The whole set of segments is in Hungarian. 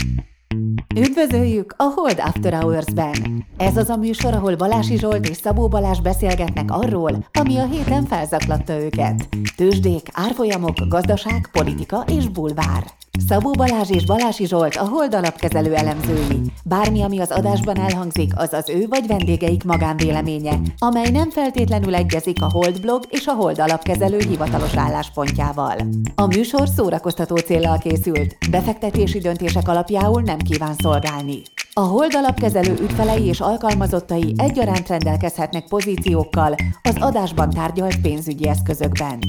Üdvözöljük a Hold After Hours-ben! Ez az a műsor, ahol Balási Zsolt és Szabó Balázs beszélgetnek arról, ami a héten felzaklatta őket. Tőzsdék, árfolyamok, gazdaság, politika és bulvár. Szabó Balázs és Balási Zsolt a Hold alapkezelő elemzői. Bármi, ami az adásban elhangzik, az az ő vagy vendégeik magánvéleménye, amely nem feltétlenül egyezik a Hold blog és a Hold alapkezelő hivatalos álláspontjával. A műsor szórakoztató céllal készült, befektetési döntések alapjául nem kíván szolgálni. A Hold alapkezelő ügyfelei és alkalmazottai egyaránt rendelkezhetnek pozíciókkal az adásban tárgyalt pénzügyi eszközökben.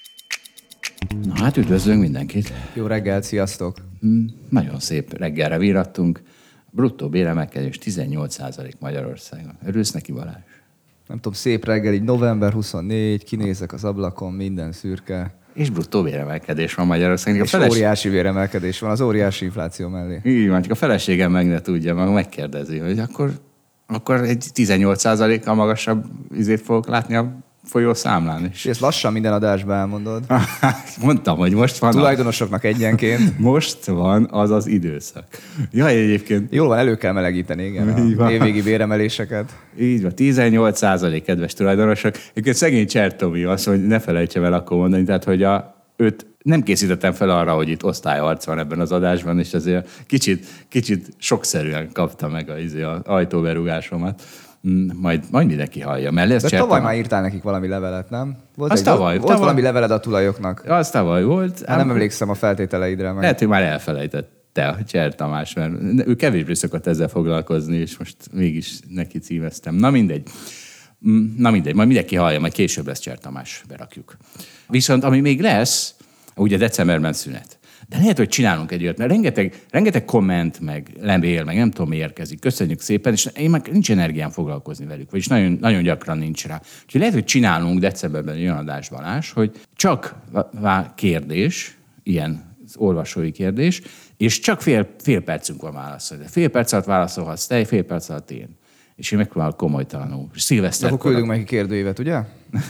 Na hát üdvözlünk mindenkit. Jó reggelt, sziasztok! Nagyon szép reggelre virrattunk. Bruttó béremelkedés 18% Magyarországon. Örülsz neki, Balázs? Nem tudom, szép reggel, így november 24, kinézek az ablakon, minden szürke. És bruttó béremelkedés van Magyarországon. És óriási béremelkedés van az óriási infláció mellé. Így van, csak a feleségem meg ne tudja, meg megkérdezi, hogy akkor egy 18%-kal magasabb izét fogok látni a folyószámlán is. És ezt lassan minden adásban elmondod. Mondtam, hogy most van. Tulajdonosoknak egyenként. Most van az az időszak. Ja, egyébként. Jól van, elő kell melegíteni, igen, a évvégi béremeléseket. Így van, 18%, kedves tulajdonosok. Egyébként szegény Csertomi azt, hogy ne felejtsem el akkor mondani, tehát, hogy őt nem készítettem fel arra, hogy itt osztályarc van ebben az adásban, és azért kicsit sokszerűen kapta meg az ajtóberúgásomat. Majd mindenki hallja. De tavaly már írtál nekik valami levelet, nem? Volt valami leveled a tulajoknak? Az tavaly volt. Nem emlékszem a feltételeidre. Meg. Lehet, hogy már elfelejtette a Cser Tamás, mert ő kevésbé szokott ezzel foglalkozni, és most mégis neki címeztem. Na mindegy, majd mindenki hallja, majd később lesz Cser Tamás, berakjuk. Viszont ami még lesz, ugye decemberben szünet. De lehet, hogy csinálunk egy olyat, mert rengeteg komment, meg levél, meg nem tudom, mi érkezik. Köszönjük szépen, és én meg nincs energiám foglalkozni velük, vagyis nagyon, nagyon gyakran nincs rá. Úgyhogy lehet, hogy csinálunk decemberben egy olyan adás, Balázs, hogy csak kérdés, ilyen olvasói kérdés, és csak fél percünk van válaszolni. Fél perc alatt válaszolhatsz te, fél perc alatt én. És én megpróbálok komolytalanul. Akkor küldünk meg kérdőívet, ugye?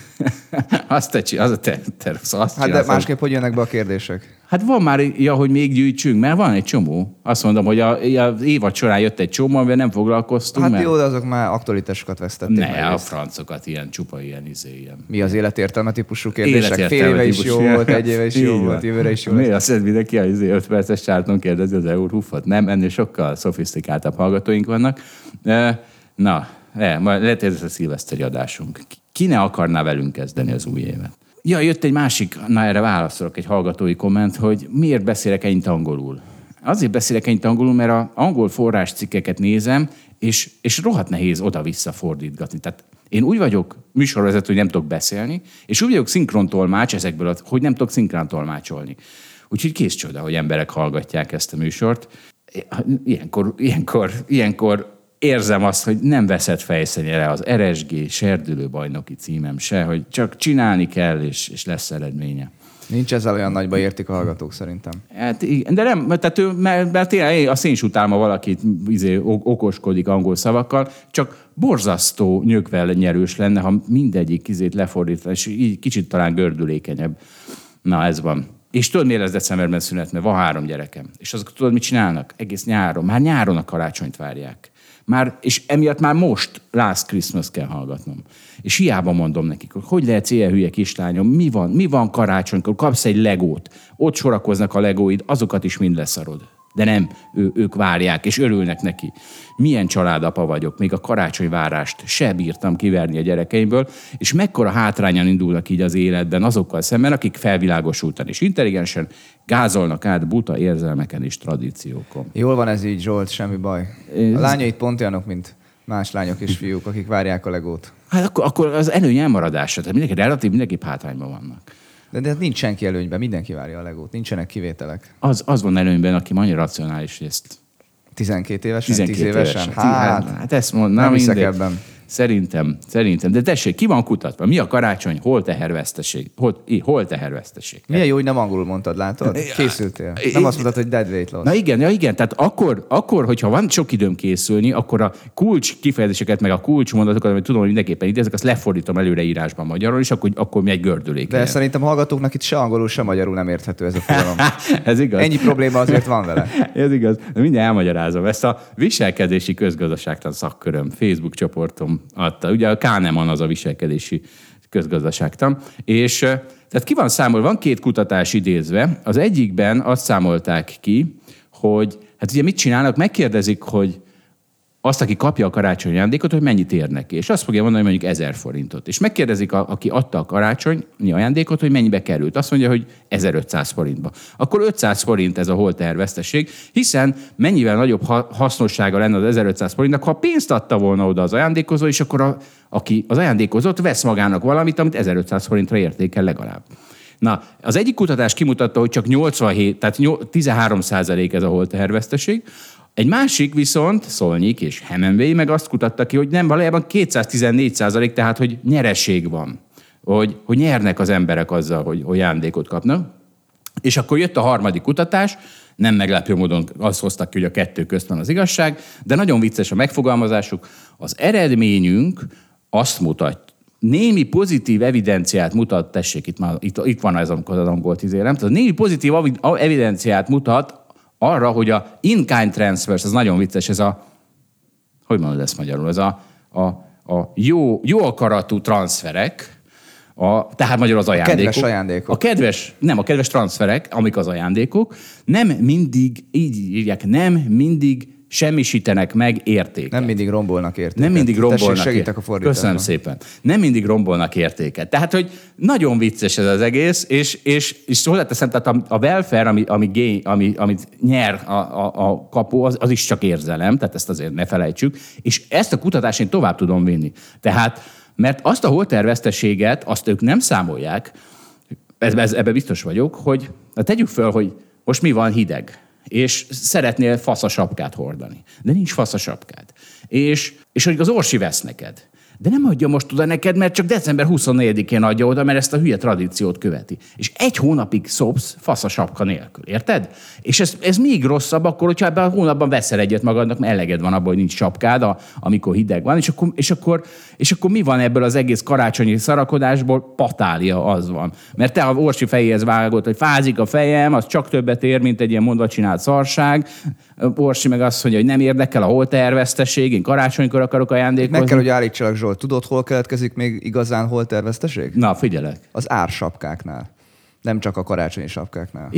Az a te hát de másképp hogy jönnek be a kérdések? Hát van már, hogy még gyűjtsünk, mert van egy csomó. Azt mondom, hogy az évad során jött egy csomó, amivel nem foglalkoztunk. Hát jó, de azok már aktualitásokat vesztették. Ne, a francokat, csupa ilyen. Mi az életértelme típusú kérdések? Fél éve is jó volt, egy éve is jó volt, jövőre is jó volt. Mi azt hiszed, mindenki 5 perces csárton kérdezi az Eurhufot? Nem, ennél sokkal szofisztikáltabb hallgatóink vannak. Na, majd lehet, hogy ez a szilveszteri adásunk. Ki ne akarná velünk kezdeni az új évet? Ja, jött egy másik, erre válaszolok, egy hallgatói komment, hogy miért beszélek ennyit angolul. Azért beszélek ennyit angolul, mert az angol forráscikkeket nézem, és rohadt nehéz oda-vissza fordítgatni. Tehát én úgy vagyok műsorvezető, hogy nem tudok beszélni, és úgy vagyok szinkrontolmács ezekből, hogy nem tudok szinkrontolmácsolni. Úgyhogy kész csoda, hogy emberek hallgatják ezt a műsort. Ilyenkor érzem azt, hogy nem veszett fejszennyire az RSG serdülő bajnoki címem se, hogy csak csinálni kell, és lesz eredménye. Nincs ezzel olyan nagyba értik a hallgatók szerintem. Hát igen, de nem, mert tényleg a szénsutálma valakit okoskodik angol szavakkal, csak borzasztó nyögvelnyerős lenne, ha mindegyik lefordítva, és így kicsit talán gördülékenyebb. Na, ez van. És tudod, miért lesz decemberben szünet? Mert van 3 gyerekem. És azok tudod, mit csinálnak? Egész nyáron. Már nyáron a karácsonyt várják. És emiatt már most Last Christmas kell hallgatnom. És hiába mondom nekik, hogy lehetsz ilyen hülye kislányom, mi van karácsonykor, kapsz egy legót, ott sorakoznak a legóid, azokat is mind leszarod. De nem, ők várják, és örülnek neki. Milyen családapa vagyok, még a karácsonyvárást se bírtam kiverni a gyerekeimből, és mekkora hátrányan indulnak így az életben azokkal szemben, akik felvilágosultan és intelligensen gázolnak át buta érzelmeken és tradíciókon. Jól van ez így, Zsolt, semmi baj. A lányait pont olyanok, mint más lányok és fiúk, akik várják a legót. Hát akkor az előny elmaradása, tehát mindenképp hátrányban vannak. De nincs senki előnyben, mindenki várja a legót, nincsenek kivételek. Az van előnyben, aki annyira racionális, hogy ezt 12 évesen, 10 évesen? Hát ezt mondom. Nem hiszek ebben. Szerintem. De tessék, ki van kutatva? Mi a karácsony? Hol teherveszteség? Hol teherveszteség? Milyen jó, hogy nem angolul mondtad, látod? Készültél. Nem azt mondtad, hogy dead weight loss. Na igen. Tehát akkor, hogyha van sok időm készülni, akkor a kulcs kifejezéseket, meg a kulcs mondatokat, amit tudom, hogy mindenképpen idézek, azt lefordítom előreírásban magyarul, és akkor megy gördülék. De szerintem hallgatóknak itt se angolul, se magyarul nem érthető ez a fogalom. Ez igaz. Ennyi probléma azért van vele. Ez igaz. Mindjárt elmagyarázom. Ezt a viselkedési közgazdaságtan szakköröm Facebook csoportom adta. Ugye a Kahneman az a viselkedési közgazdaságtan. És tehát ki van számolva, van 2 kutatás idézve. Az egyikben azt számolták ki, hogy hát ugye mit csinálnak, megkérdezik, hogy azt, aki kapja a karácsonyi ajándékot, hogy mennyit ér neki. És azt fogja mondani, hogy mondjuk 1000 forintot. És megkérdezik, aki adta a karácsonyi ajándékot, hogy mennyibe került. Azt mondja, hogy 1500 forintba. Akkor 500 forint ez a holteherveszteség, hiszen mennyivel nagyobb hasznossága lenne az 1500 forintnak, ha pénzt adta volna oda az ajándékozó, és akkor aki az ajándékozott, vesz magának valamit, amit 1500 forintra értékel legalább. Na, az egyik kutatás kimutatta, hogy csak 87, tehát 13% ez a holteherveszteség. Egy másik viszont, Szolnyik és Hemingway meg azt kutatta ki, hogy nem, valójában 214%, tehát hogy nyereség van. Hogy nyernek az emberek azzal, hogy ajándékot kapnak. És akkor jött a harmadik kutatás, nem meglepő módon azt hoztak ki, hogy a 2 közt van az igazság, de nagyon vicces a megfogalmazásuk. Az eredményünk azt mutat, némi pozitív evidenciát mutat, tessék, itt van ez, amikor az angolt izélem, tehát némi pozitív evidenciát mutat arra, hogy a in-kind transfers, ez nagyon vicces, ez a, hogy mondod ezt magyarul, ez a jó akaratú transferek, tehát magyarul az ajándékok. A kedves ajándékok. A kedves transferek, amik az ajándékok, nem mindig, így írják, nem mindig semmisítenek meg értéket. Nem mindig rombolnak értéket. Nem mindig rombolnak segítek a fordításban. Köszönöm szépen. Nem mindig rombolnak értéket. Tehát, hogy nagyon vicces ez az egész, és hozzáteszem, tehát a welfare, amit nyer a kapó, az is csak érzelem, tehát ezt azért ne felejtsük, és ezt a kutatást én tovább tudom vinni. Tehát, mert azt a holterveszteséget, azt ők nem számolják, ebben biztos vagyok, hogy tegyük föl, hogy most mi van, hideg, és szeretnél faszasapkát hordani. De nincs faszasapkád. És hogy az Orsi vesz neked. De nem adja most oda neked, mert csak december 24-én adja oda, mert ezt a hülye tradíciót követi. És 1 hónapig szopsz faszasapka nélkül. Érted? És ez még rosszabb akkor, hogyha ebben a hónapban veszel egyet magadnak, mert eleged van abban, hogy nincs sapkád, amikor hideg van. És akkor mi van ebből az egész karácsonyi szarakodásból? Patália az van. Mert te a Orsi fejéhez vágod, hogy fázik a fejem, az csak többet ér, mint egy ilyen mondva csinált szarság. Orsi meg azt mondja, hogy nem érdekel a holterveszteség, én karácsonykor akarok ajándékozni. Meg kell, hogy állítsalak, Zsolt. Tudod, hol keletkezik még igazán holterveszteség? Na, figyelek. Az ársapkáknál. Nem csak a karácsonyi sapkáknál.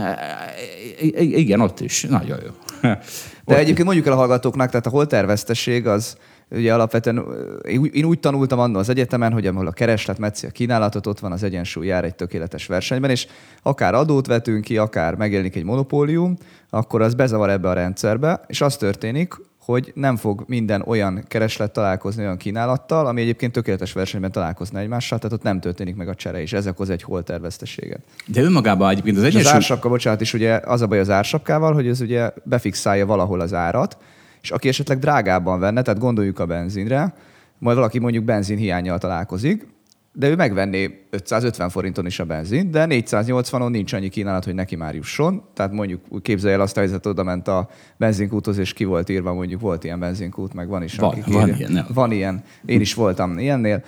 Igen, ott is. Nagyon jó. De egyébként mondjuk el a hallgatóknak, tehát a holterveszteség az ugye alapvetően, én úgy tanultam annól az egyetemen, hogy ahol a kereslet metszi a kínálatot, ott van az egyensúly, jár egy tökéletes versenyben, és akár adót vetünk ki, akár megjelenik egy monopólium, akkor az bezavar ebbe a rendszerbe, és az történik, hogy nem fog minden olyan kereslet találkozni olyan kínálattal, ami egyébként tökéletes versenyben találkozna egymással, tehát ott nem történik meg a csere, és ez okoz egy holterveszteséget. De önmagában egyébként az egyensúly... Az ársapka, bocsánat, is ugye az a baj az ársapkával, hogy ez ugye befixálja valahol az árat, és aki esetleg drágábban venne, tehát gondoljuk a benzinre, majd valaki mondjuk benzinhiánnyal találkozik, de ő megvenné 550 forinton is a benzin, de 480-on nincs annyi kínálat, hogy neki már jusson. Tehát mondjuk képzelj el azt a helyzetet, oda ment a benzinkúthoz, és ki volt írva, mondjuk volt ilyen benzinkút, meg van is. Van ilyen. Én is voltam ilyennél.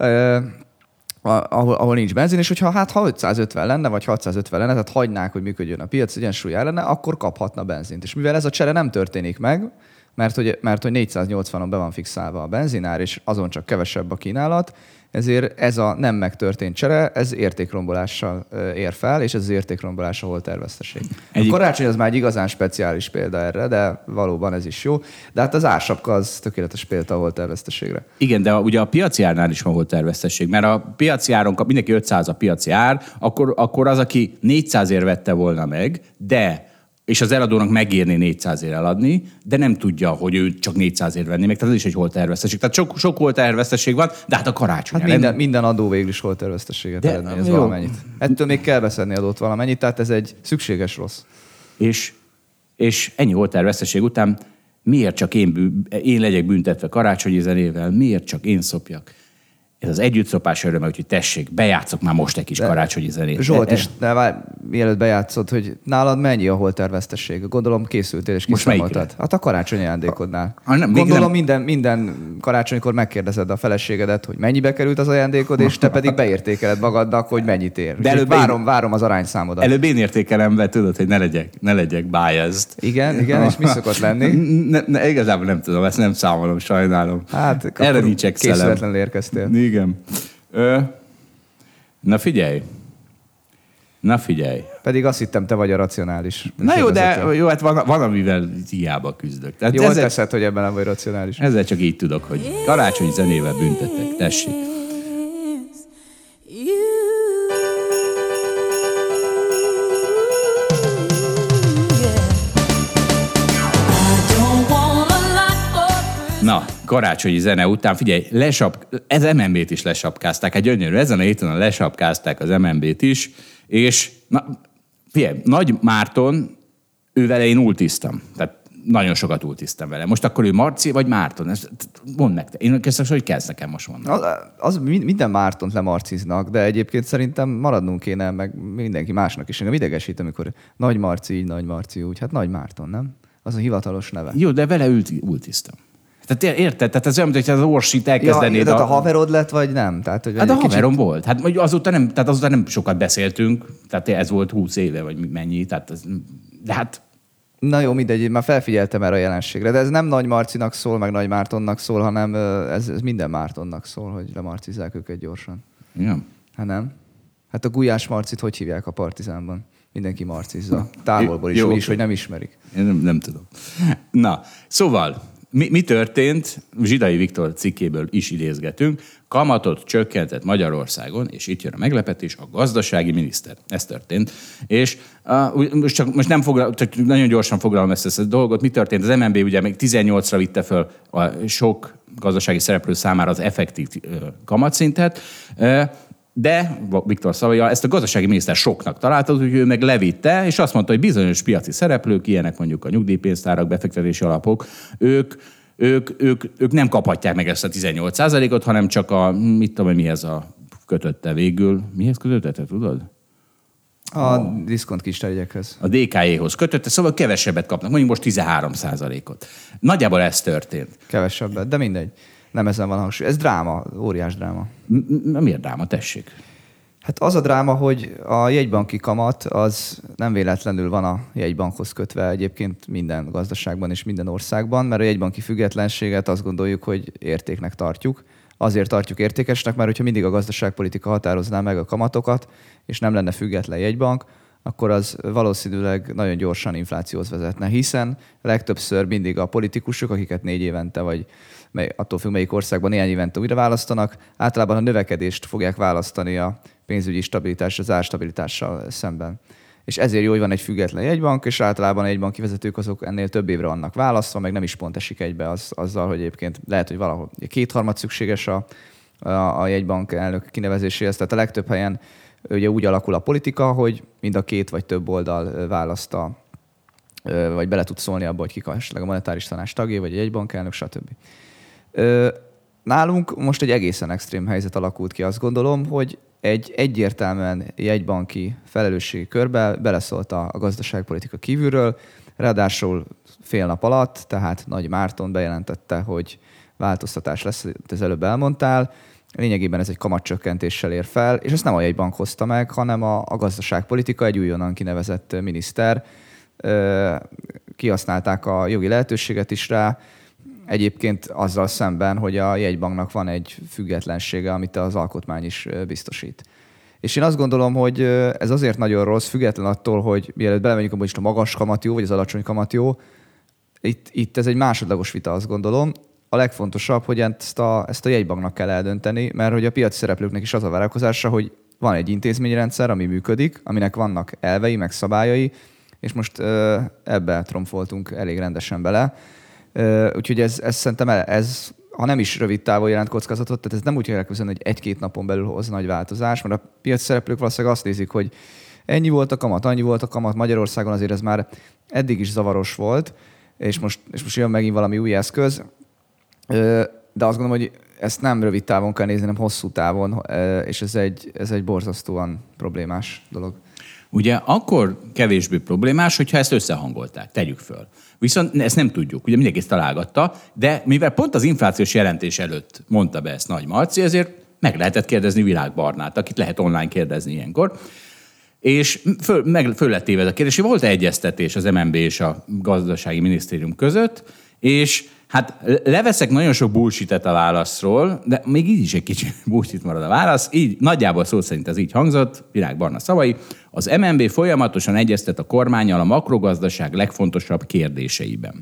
Ahol nincs benzin, és hogyha ha 550 lenne, vagy 650 lenne, tehát hagynák, hogy működjön a piac, egyensúly lenne, akkor kaphatna benzint. És mivel ez a csere nem történik meg, mert hogy 480-on be van fixálva a benzinár, és azon csak kevesebb a kínálat, ezért ez a nem megtörtént csere, ez értékrombolással ér fel, és ez az értékrombolás a holterveszteség. A karácsony az már egy igazán speciális példa erre, de valóban ez is jó. De hát az ársapka az tökéletes példa a holterveszteségre. Igen, de ugye a piaci árnál is van holterveszteség, mert a piaci áron kap mindenki 500 a piaci ár, akkor az, aki 400-ért vette volna meg, és az eladónak megérné 400-ért eladni, de nem tudja, hogy ő csak 400-ért venni meg. Tehát ez is egy holterveszteség. Tehát sok holterveszteség van, de hát a karácsony. Hát minden adó végül is holterveszteséget eredményez valamennyit. Ettől még kell beszedni adót valamennyit, tehát ez egy szükséges rossz. És ennyi holterveszteség után Miért csak én legyek büntetve karácsonyi zenével? Miért csak én szopjak? Ez az együttszopás öröme, úgyhogy tessék, bejátszok már most egy kis karácsonyi zenét. Zsolt, és mielőtt bejátszod, hogy nálad mennyi a holtervesztesség? Gondolom készültél és kiszámoltad. Hát a karácsonyi ajándékodnál. Gondolom minden karácsonykor megkérdezed a feleségedet, hogy mennyibe került az ajándékod, és te pedig beértékeled magadnak, hogy mennyit ér. De előbb várom az arányszámodat. Előbb én értékelem be, tudod, hogy ne legyek biased. Igen, és mi szokott lenni? Igazából nem tudom, ezt nem számolom, sajnálom. Hát, erre nincs Excelem. Készületlenül érkeztél. Igen. Na figyelj. Pedig azt hittem, te vagy a racionális. Na jó, de jó, hát van amivel hiába küzdök. Tehát jól teszed, hogy ebben nem vagy racionális. Ezzel csak így tudok, hogy karácsonyi zenével büntettek. Tessék. Na, karácsonyi zene után, figyelj, ez MNB-t is lesapkázták. Hát gyönyörű, ezen a héten lesapkázták az MNB-t is, és figyelj, Nagy Márton, ővele én ultiztam. Tehát nagyon sokat ultiztam vele. Most akkor ő Marci vagy Márton? Mondd meg te. Én hogy kezd nekem most mondani. Minden Mártont lemarciznak, de egyébként szerintem maradnunk kéne, meg mindenki másnak is. Engem idegesít, amikor Nagy Marci így, Nagy Marci úgy. Hát Nagy Márton, nem? Az a hivatalos neve. Jó, de vele ultiztam. Tehát érted? Tehát ez olyan, hogy az Orsit elkezdenéd. Ja, a haverod lett, vagy nem? Tehát, hogy hát a haverom volt. Hát azóta nem sokat beszéltünk, tehát ez volt 20 éve, vagy mennyi. Tehát de hát... Na jó, mindegy, már felfigyeltem erre a jelenségre, de ez nem Nagy Marcinak szól, meg Nagy Mártonnak szól, hanem ez minden Mártonnak szól, hogy lemarcizzák őket gyorsan. Igen. Hát nem? Hát a Gulyás Marcit hogy hívják a Partizánban? Mindenki marcizza. Távolból is, jó, úgyis, hogy nem ismerik. Én nem tudom. Na, szóval... Mi történt? Zsidai Viktor cikkéből is idézgetünk. Kamatot csökkentett Magyarországon, és itt jön a meglepetés, a gazdasági miniszter. Ez történt. És most nem csak nagyon gyorsan foglalom ezt a dolgot. Mi történt? Az MNB ugye még 18-ra vitte föl a sok gazdasági szereplő számára az effektív kamatszintet, de Viktor szavaja, ezt a gazdasági miniszter soknak találta, hogy ő meg levitte, és azt mondta, hogy bizonyos piaci szereplők, ilyenek mondjuk a nyugdíjpénztárak, befektetési alapok, ők nem kaphatják meg ezt a 18%-ot, hanem csak mit tudom, mihez a kötötte végül. Mihez kötötte, te tudod? A diszkont kistárgyekhez. A DK-jéhoz kötötte, szóval kevesebbet kapnak, mondjuk most 13%-ot. Nagyjából ez történt. Kevesebbet, de mindegy. Nem ezen van hangsúly. Ez dráma, óriás dráma. Miért dráma? Tessék. Hát az a dráma, hogy a jegybanki kamat az nem véletlenül van a jegybankhoz kötve egyébként minden gazdaságban és minden országban, mert a jegybanki függetlenséget azt gondoljuk, hogy értéknek tartjuk. Azért tartjuk értékesnek, mert hogyha mindig a gazdaságpolitika határozná meg a kamatokat, és nem lenne független jegybank, akkor az valószínűleg nagyon gyorsan inflációhoz vezetne, hiszen legtöbbször mindig a politikusok, akiket 4 évente, vagy attól függ, melyik országban néhány évente újra választanak, általában a növekedést fogják választani a pénzügyi stabilitás, az árstabilitással szemben. És ezért jó, hogy van egy független jegybank, és általában a jegybanki vezetők azok ennél több évre vannak választva, meg nem is pont esik egybe azzal, hogy egyébként lehet, hogy valahol 2/3 szükséges a jegybank elnök kinevezéséhez. Tehát a legtöbb helyen ugye úgy alakul a politika, hogy mind a 2 vagy több oldal választ vagy bele tud szólni abba, hogy kik esetleg a monetáris tanács tagja, vagy egy jegybankelnök, stb. Nálunk most egy egészen extrém helyzet alakult ki. Azt gondolom, hogy egy egyértelműen jegybanki felelősségi körbe beleszólt a gazdaságpolitika kívülről, ráadásul fél nap alatt, tehát Nagy Márton bejelentette, hogy változtatás lesz, az előbb elmondtál. Lényegében ez egy kamatcsökkentéssel ér fel, és ezt nem a jegybank hozta meg, hanem a gazdaságpolitika, egy újonnan kinevezett miniszter. Kihasználták a jogi lehetőséget is rá, egyébként azzal szemben, hogy a jegybanknak van egy függetlensége, amit az alkotmány is biztosít. És én azt gondolom, hogy ez azért nagyon rossz, független attól, hogy mielőtt belemegyünk abban, hogy a magas kamat jó, vagy az alacsony kamat jó, itt ez egy másodlagos vita, azt gondolom. A legfontosabb, hogy ezt a jegybanknak kell eldönteni, mert hogy a piaci szereplőknek is az a várakozása, hogy van egy intézményrendszer, ami működik, aminek vannak elvei, meg szabályai, és most ebbe tromfoltunk elég rendesen bele. Úgyhogy ez szerintem ha nem is rövid távol jelent kockázatot, tehát ez nem úgy kell elképzelni, hogy 1-2 napon belül hoz nagy változás, mert a piaci szereplők valószínűleg azt nézik, hogy ennyi volt a kamat, annyi volt a kamat, Magyarországon azért ez már eddig is zavaros volt, és most jön megint valami új eszköz. De azt gondolom, hogy ezt nem rövid távon kell nézni, hanem hosszú távon, és ez egy borzasztóan problémás dolog. Ugye akkor kevésbé problémás, hogyha ezt összehangolták, tegyük föl. Viszont ezt nem tudjuk, ugye mindenki ezt találgatta, de mivel pont az inflációs jelentés előtt mondta be ezt Nagy Marci, ezért meg lehetett kérdezni Virág Barnát, akit lehet online kérdezni ilyenkor, és föl lett téve ez a kérdés, hogy volt egyeztetés az MNB és a gazdasági minisztérium között, és hát leveszek nagyon sok bullshit-et a válaszról, de még így is egy kicsi bullshit marad a válasz. Így nagyjából szó szerint ez így hangzott, Virág Barna szavai. Az MNB folyamatosan egyeztet a kormánnyal a makrogazdaság legfontosabb kérdéseiben.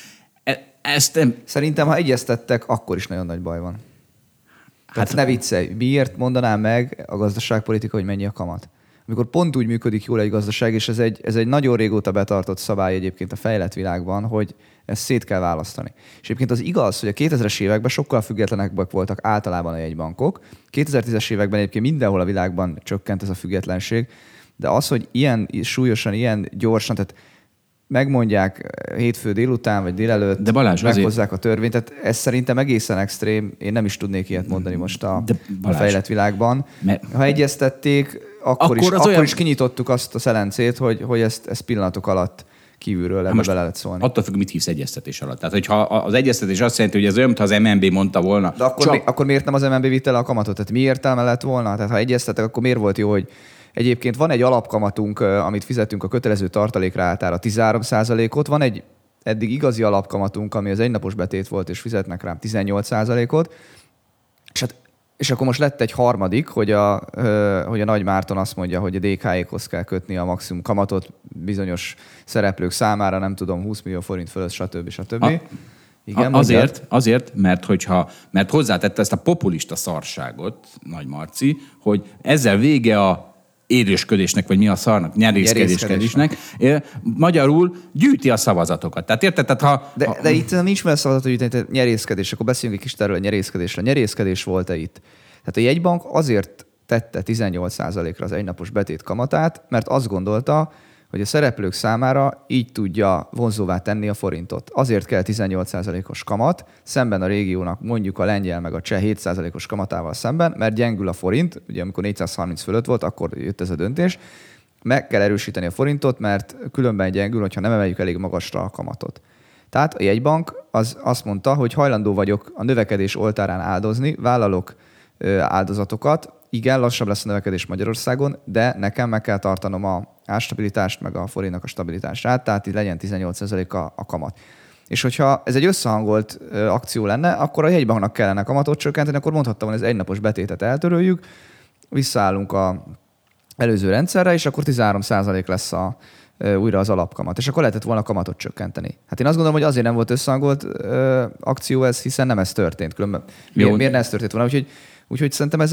Szerintem, ha egyeztettek, akkor is nagyon nagy baj van. Tehát ne viccelj, miért mondanám meg a gazdaságpolitika, hogy mennyi a kamat? Amikor pont úgy működik jól egy gazdaság, és ez egy nagyon régóta betartott szabály egyébként a fejlett világban, hogy ezt szét kell választani. És egyébként az igaz, hogy a 2000-es években sokkal függetlenebbek voltak általában a jegybankok. 2010-es években egyébként mindenhol a világban csökkent ez a függetlenség, de az, hogy ilyen súlyosan, ilyen gyorsan, tehát megmondják hétfő délután vagy délelőtt, de Balázs, meghozzák a törvényt, tehát ez szerintem egészen extrém, én nem is tudnék ilyet mondani most a fejlett világban. Ha egyeztették, akkor is kinyitottuk azt a szelencét, hogy ezt pillanatok alatt kívülről ebbe bele lehet szólni. Attól függ, mit hisz egyeztetés alatt. Tehát, hogyha az egyeztetés azt jelenti, hogy ez olyan, mintha az MNB mondta volna. De akkor miért nem az MNB vitte le a kamatot? Tehát mi értelme lett volna? Tehát ha egyeztetek, akkor miért volt jó, hogy egyébként van egy alapkamatunk, amit fizetünk a kötelező tartalékrátára 13%-ot, van egy eddig igazi alapkamatunk, ami az egynapos betét volt, és fizetnek rám 18%-ot, és akkor most lett egy harmadik, hogy a Nagy Márton azt mondja, hogy a DK-ékhoz kell kötni a maximum kamatot bizonyos szereplők számára, nem tudom, 20 millió forint fölött, stb. Igen, azért, mert hozzátette ezt a populista szarságot, Nagy Marci, hogy ezzel vége a érősködésnek, vagy mi a szarnak, nyerészkedésnek. Magyarul gyűjti a szavazatokat. Tehát érted? De itt nincs már szavazat, hogy gyűjteni, nyerészkedés. Akkor beszéljünk egy kis erről a nyerészkedésre. Nyerészkedés volt-e itt? Tehát a jegybank azért tette 18%-ra az egynapos betét kamatát, mert azt gondolta, hogy a szereplők számára így tudja vonzóvá tenni a forintot. Azért kell 18%-os kamat, szemben a régiónak mondjuk a lengyel meg a cseh 7%-os kamatával szemben, mert gyengül a forint, ugye amikor 430 fölött volt, akkor jött ez a döntés, meg kell erősíteni a forintot, mert különben gyengül, hogyha nem emeljük elég magasra a kamatot. Tehát a jegybank azt mondta, hogy hajlandó vagyok a növekedés oltárán áldozni, vállalok áldozatokat, igen, lassabb lesz a növekedés Magyarországon, de nekem meg kell tartanom a árstabilitást, meg a forintnak a stabilitását, tehát így legyen 18% a kamat. És hogyha ez egy összehangolt akció lenne, akkor a jegybanknak kellene kamatot csökkenteni, akkor mondhattam, hogy az egynapos betétet eltöröljük, visszaállunk az előző rendszerre, és akkor 13% lesz újra az alapkamat. És akkor lehetett volna kamatot csökkenteni. Hát én azt gondolom, hogy azért nem volt összehangolt akció ez, hiszen nem ez történt. Különben miért ne ez történt volna? Úgyhogy szerintem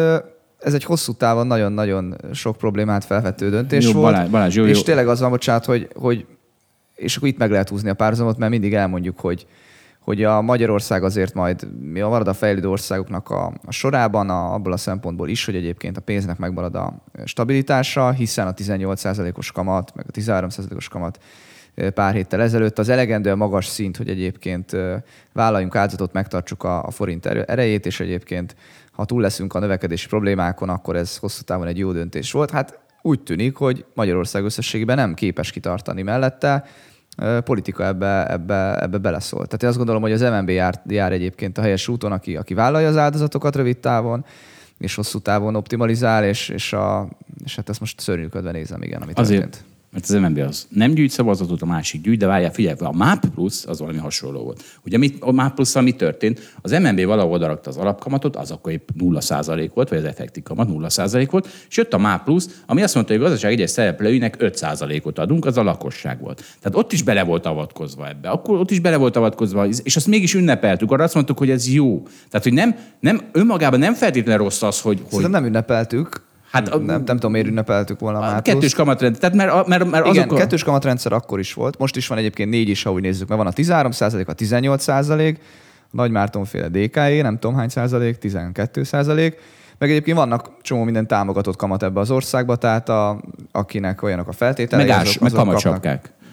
ez egy hosszú távon nagyon-nagyon sok problémát felvető döntés volt. Balázs, jó. És tényleg az van, bocsánat, hogy és akkor itt meg lehet húzni a párhuzamot, mert mindig elmondjuk, hogy a Magyarország azért majd marad a fejlődő országoknak a sorában, abból a szempontból is, hogy egyébként a pénznek megmarad a stabilitása, hiszen a 18%-os kamat, meg a 13%-os kamat pár héttel ezelőtt az elegendően magas szint, hogy egyébként vállaljunk áldozatot, megtartsuk a forint erejét, és egyébként ha túl leszünk a növekedési problémákon, akkor ez hosszú távon egy jó döntés volt. Hát úgy tűnik, hogy Magyarország összességében nem képes kitartani mellette, politika ebbe beleszólt. Tehát én azt gondolom, hogy az MNB jár egyébként a helyes úton, aki vállalja az áldozatokat rövid távon, és hosszú távon optimalizál, és hát ezt most szörnyűködve nézem, igen, amit történt. Mert az MNB az nem gyűjt szavazatot, a másik gyűjt, de várjál, figyelj, a MÁP plusz az valami hasonló volt. Ugye a MÁP plusszal mi történt? Az MNB valahol odarakta az alapkamatot, az akkor épp 0% volt, vagy az effektív kamat 0% volt, és jött a MÁP plusz, ami azt mondta, hogy a gazdaság egyes szereplőinek 5%-ot adunk, az a lakosság volt. Tehát ott is bele volt avatkozva ebbe. Akkor ott is bele volt avatkozva, és azt mégis ünnepeltük. Arra azt mondtuk, hogy ez jó. Tehát, hogy nem önmagában nem feltétlenül rossz az, hogy... Szerintem nem ünnepeltük. Hát nem tudom, miért ünnepeltük volna már. Kettős kamatrendszer. Tehát mert igen, kettős kamatrendszer akkor is volt. Most is van egyébként 4 is, ha úgy nézzük, mert van a 13%, a 18%, Nagy Mártonféle DK-é, nem tudom hány százalék, 12%. Meg egyébként vannak csomó minden támogatott kamat ebbe az országba, tehát akinek olyanok a feltételei. Meg kamatsapkák.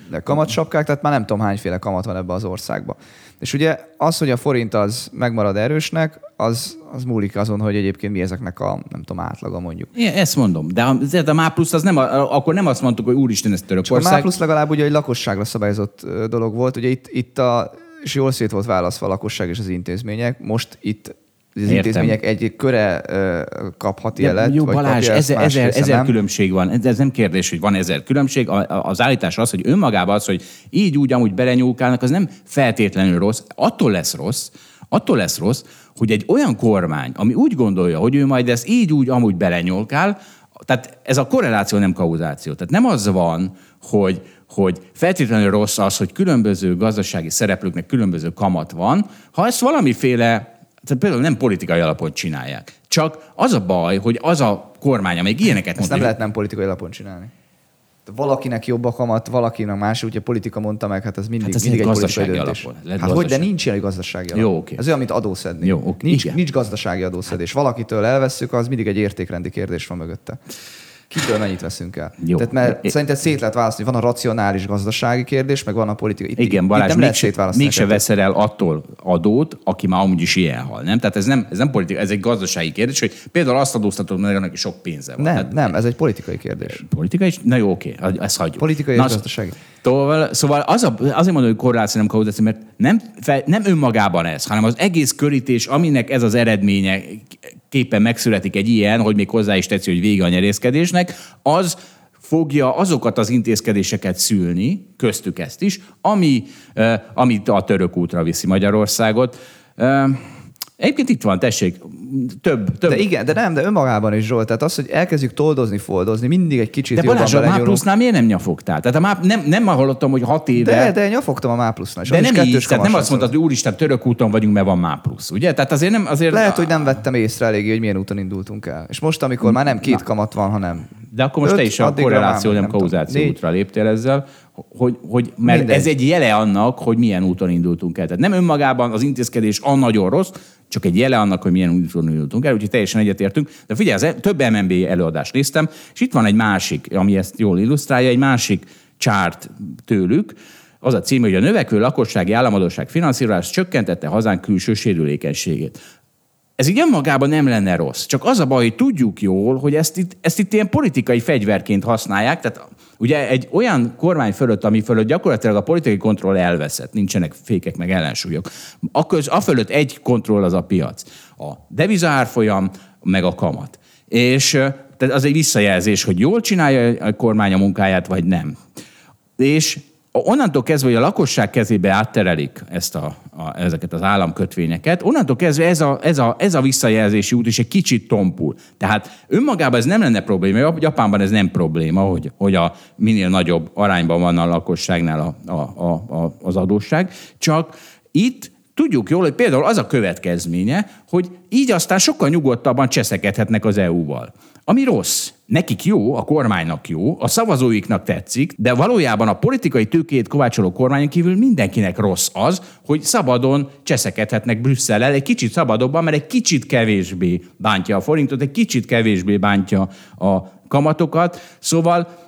kamatsapkák, tehát már nem tudom hányféle kamat van ebbe az országba. És ugye az, hogy a forint az megmarad erősnek, az múlik azon, hogy egyébként mi ezeknek a, nem tudom, átlaga mondjuk. Igen, ezt mondom. De a MÁ plusz az nem, akkor nem azt mondtuk, hogy úristen, ez Törökország. A MÁ plusz legalább ugye egy lakosságra szabályozott dolog volt. Ugye itt és jól szét volt választva a lakosság és az intézmények. Most itt az intézmények egy köre kaphat jelet. Jó, Balázs, ezer különbség van. Ez nem kérdés, hogy van 1000 különbség. Az állítás az, hogy önmagában az, hogy így úgy amúgy belenyúlkálnak, az nem feltétlenül rossz. Attól lesz rossz, hogy egy olyan kormány, ami úgy gondolja, hogy ő majd ezt így úgy amúgy belenyúlkál, tehát ez a korreláció nem kauzáció. Tehát nem az van, hogy feltétlenül rossz az, hogy különböző gazdasági szereplőknek különböző kamat van, ha ezt valamiféle, tehát például nem politikai alapon csinálják. Csak az a baj, hogy az a kormány, amelyik ilyeneket mondja... Ezt nem lehet nem politikai alapon csinálni. Valakinek jobb a kamat, valakinek más, ugye a politika mondta meg, hát ez mindig egy politikai döntés. Hát hogy, de nincs ilyen gazdasági alap. Jó, okay. Ez olyan, mint adószedni. Jó, okay. Nincs gazdasági adószedés. Valakitől elvesszük, az mindig egy értékrendi kérdés van mögötte. Kitől mennyit veszünk el? Jó. Tehát mert szerinted szét lehet választani, van a racionális gazdasági kérdés, meg van a politikai. Igen, Balázs, mégse veszel el attól adót, aki már amúgy is ilyen hal, nem? Tehát ez nem politika, ez egy gazdasági kérdés, hogy például azt adóztatod, mert annak is sok pénze van. Nem, ez egy politikai kérdés. Politikai? Na jó, oké, ezt hagyjuk. Politikai és gazdasági. Szóval azért mondom, hogy korreláció nem kauzáció, mert nem önmagában ez, hanem az egész körítés, aminek ez az eredménye képen megszületik egy ilyen, hogy még hozzá is tetszik, hogy vége a nyerészkedésnek, az fogja azokat az intézkedéseket szülni, köztük ezt is, amit a török útra viszi Magyarországot. Egyébként itt van, tessék, több. De igen, de önmagában is, Zsolt. Tehát az, hogy elkezdjük toldozni, foldozni, mindig egy kicsit jobban belenyúlunk. De Balázs, a MÁ plusznál miért nem nyafogtál? Tehát nem hallottam, hogy 6 éve... De nyafogtam a MÁ plusznál. De nem így, tehát nem azt mondtad, hogy úristen, török úton vagyunk, mert van MÁ plusz, ugye? Tehát azért nem... Lehet, hogy nem vettem észre eléggé, hogy milyen úton indultunk el. És most, amikor már nem 2 kamat van, hanem... De akkor most te is a korreláció, nem kauzáció útra léptél ezzel, mert mindegy. Ez egy jele annak, hogy milyen úton indultunk el. Tehát nem önmagában az intézkedés a nagyon rossz, csak egy jele annak, hogy milyen úton indultunk el, úgyhogy teljesen egyetértünk. De figyelj, több MNB előadást néztem, és itt van egy másik, ami ezt jól illusztrálja, egy másik chart tőlük. Az a cím, hogy a növekvő lakossági államadósság finanszírozás csökkentette hazánk külső sérülékenységét. Ez így önmagában nem lenne rossz. Csak az a baj, hogy tudjuk jól, hogy ezt itt ilyen politikai fegyverként használják. Tehát ugye egy olyan kormány fölött, ami fölött gyakorlatilag a politikai kontroll elveszett, nincsenek fékek meg ellensúlyok. Akkor afölött egy kontroll az a piac. A devizaárfolyam, meg a kamat. És tehát az egy visszajelzés, hogy jól csinálja a kormány a munkáját, vagy nem. És onnantól kezdve, hogy a lakosság kezébe átterelik ezeket az államkötvényeket, onnantól kezdve ez a visszajelzési út is egy kicsit tompul. Tehát önmagában ez nem lenne probléma, Japánban ez nem probléma, hogy a minél nagyobb arányban van a lakosságnál az adósság, csak itt tudjuk jól, hogy például az a következménye, hogy így aztán sokkal nyugodtabban cseszekedhetnek az EU-val. Ami rossz. Nekik jó, a kormánynak jó, a szavazóiknak tetszik, de valójában a politikai tőkét kovácsoló kormányon kívül mindenkinek rossz az, hogy szabadon cseszekedhetnek Brüsszellel, egy kicsit szabadobban, mert egy kicsit kevésbé bántja a forintot, egy kicsit kevésbé bántja a kamatokat. Szóval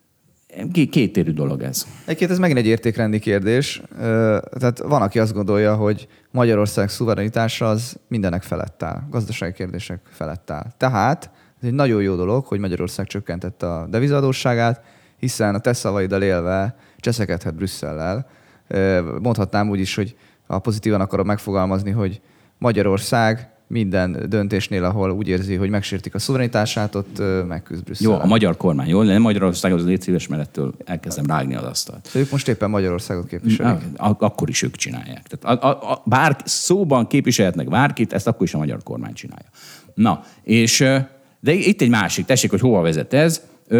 kéttérű dolog ez. Egyébként ez megint egy értékrendi kérdés. Tehát van, aki azt gondolja, hogy Magyarország szuverenitása az mindenek felett áll, gazdasági kérdések felett áll. Tehát ez egy nagyon jó dolog, hogy Magyarország csökkentette a devizadósságát, hiszen a te szavaiddal élve cseszekedhet Brüsszellel. Mondhatnám úgy is, hogy a pozitívan akarom megfogalmazni, hogy Magyarország minden döntésnél, ahol úgy érzi, hogy megsértik a szuverenitását, ott megküzd Brüsszel. Jó, a magyar kormány, jól? Nem Magyarországon az légy szíves mellettől elkezdem rágni az asztalt. Ők most éppen Magyarországot képviselik. Akkor is ők csinálják. Tehát bár szóban képviselhetnek bárkit, ezt akkor is a magyar kormány csinálja. Na, és de itt egy másik, tessék, hogy hova vezet ez.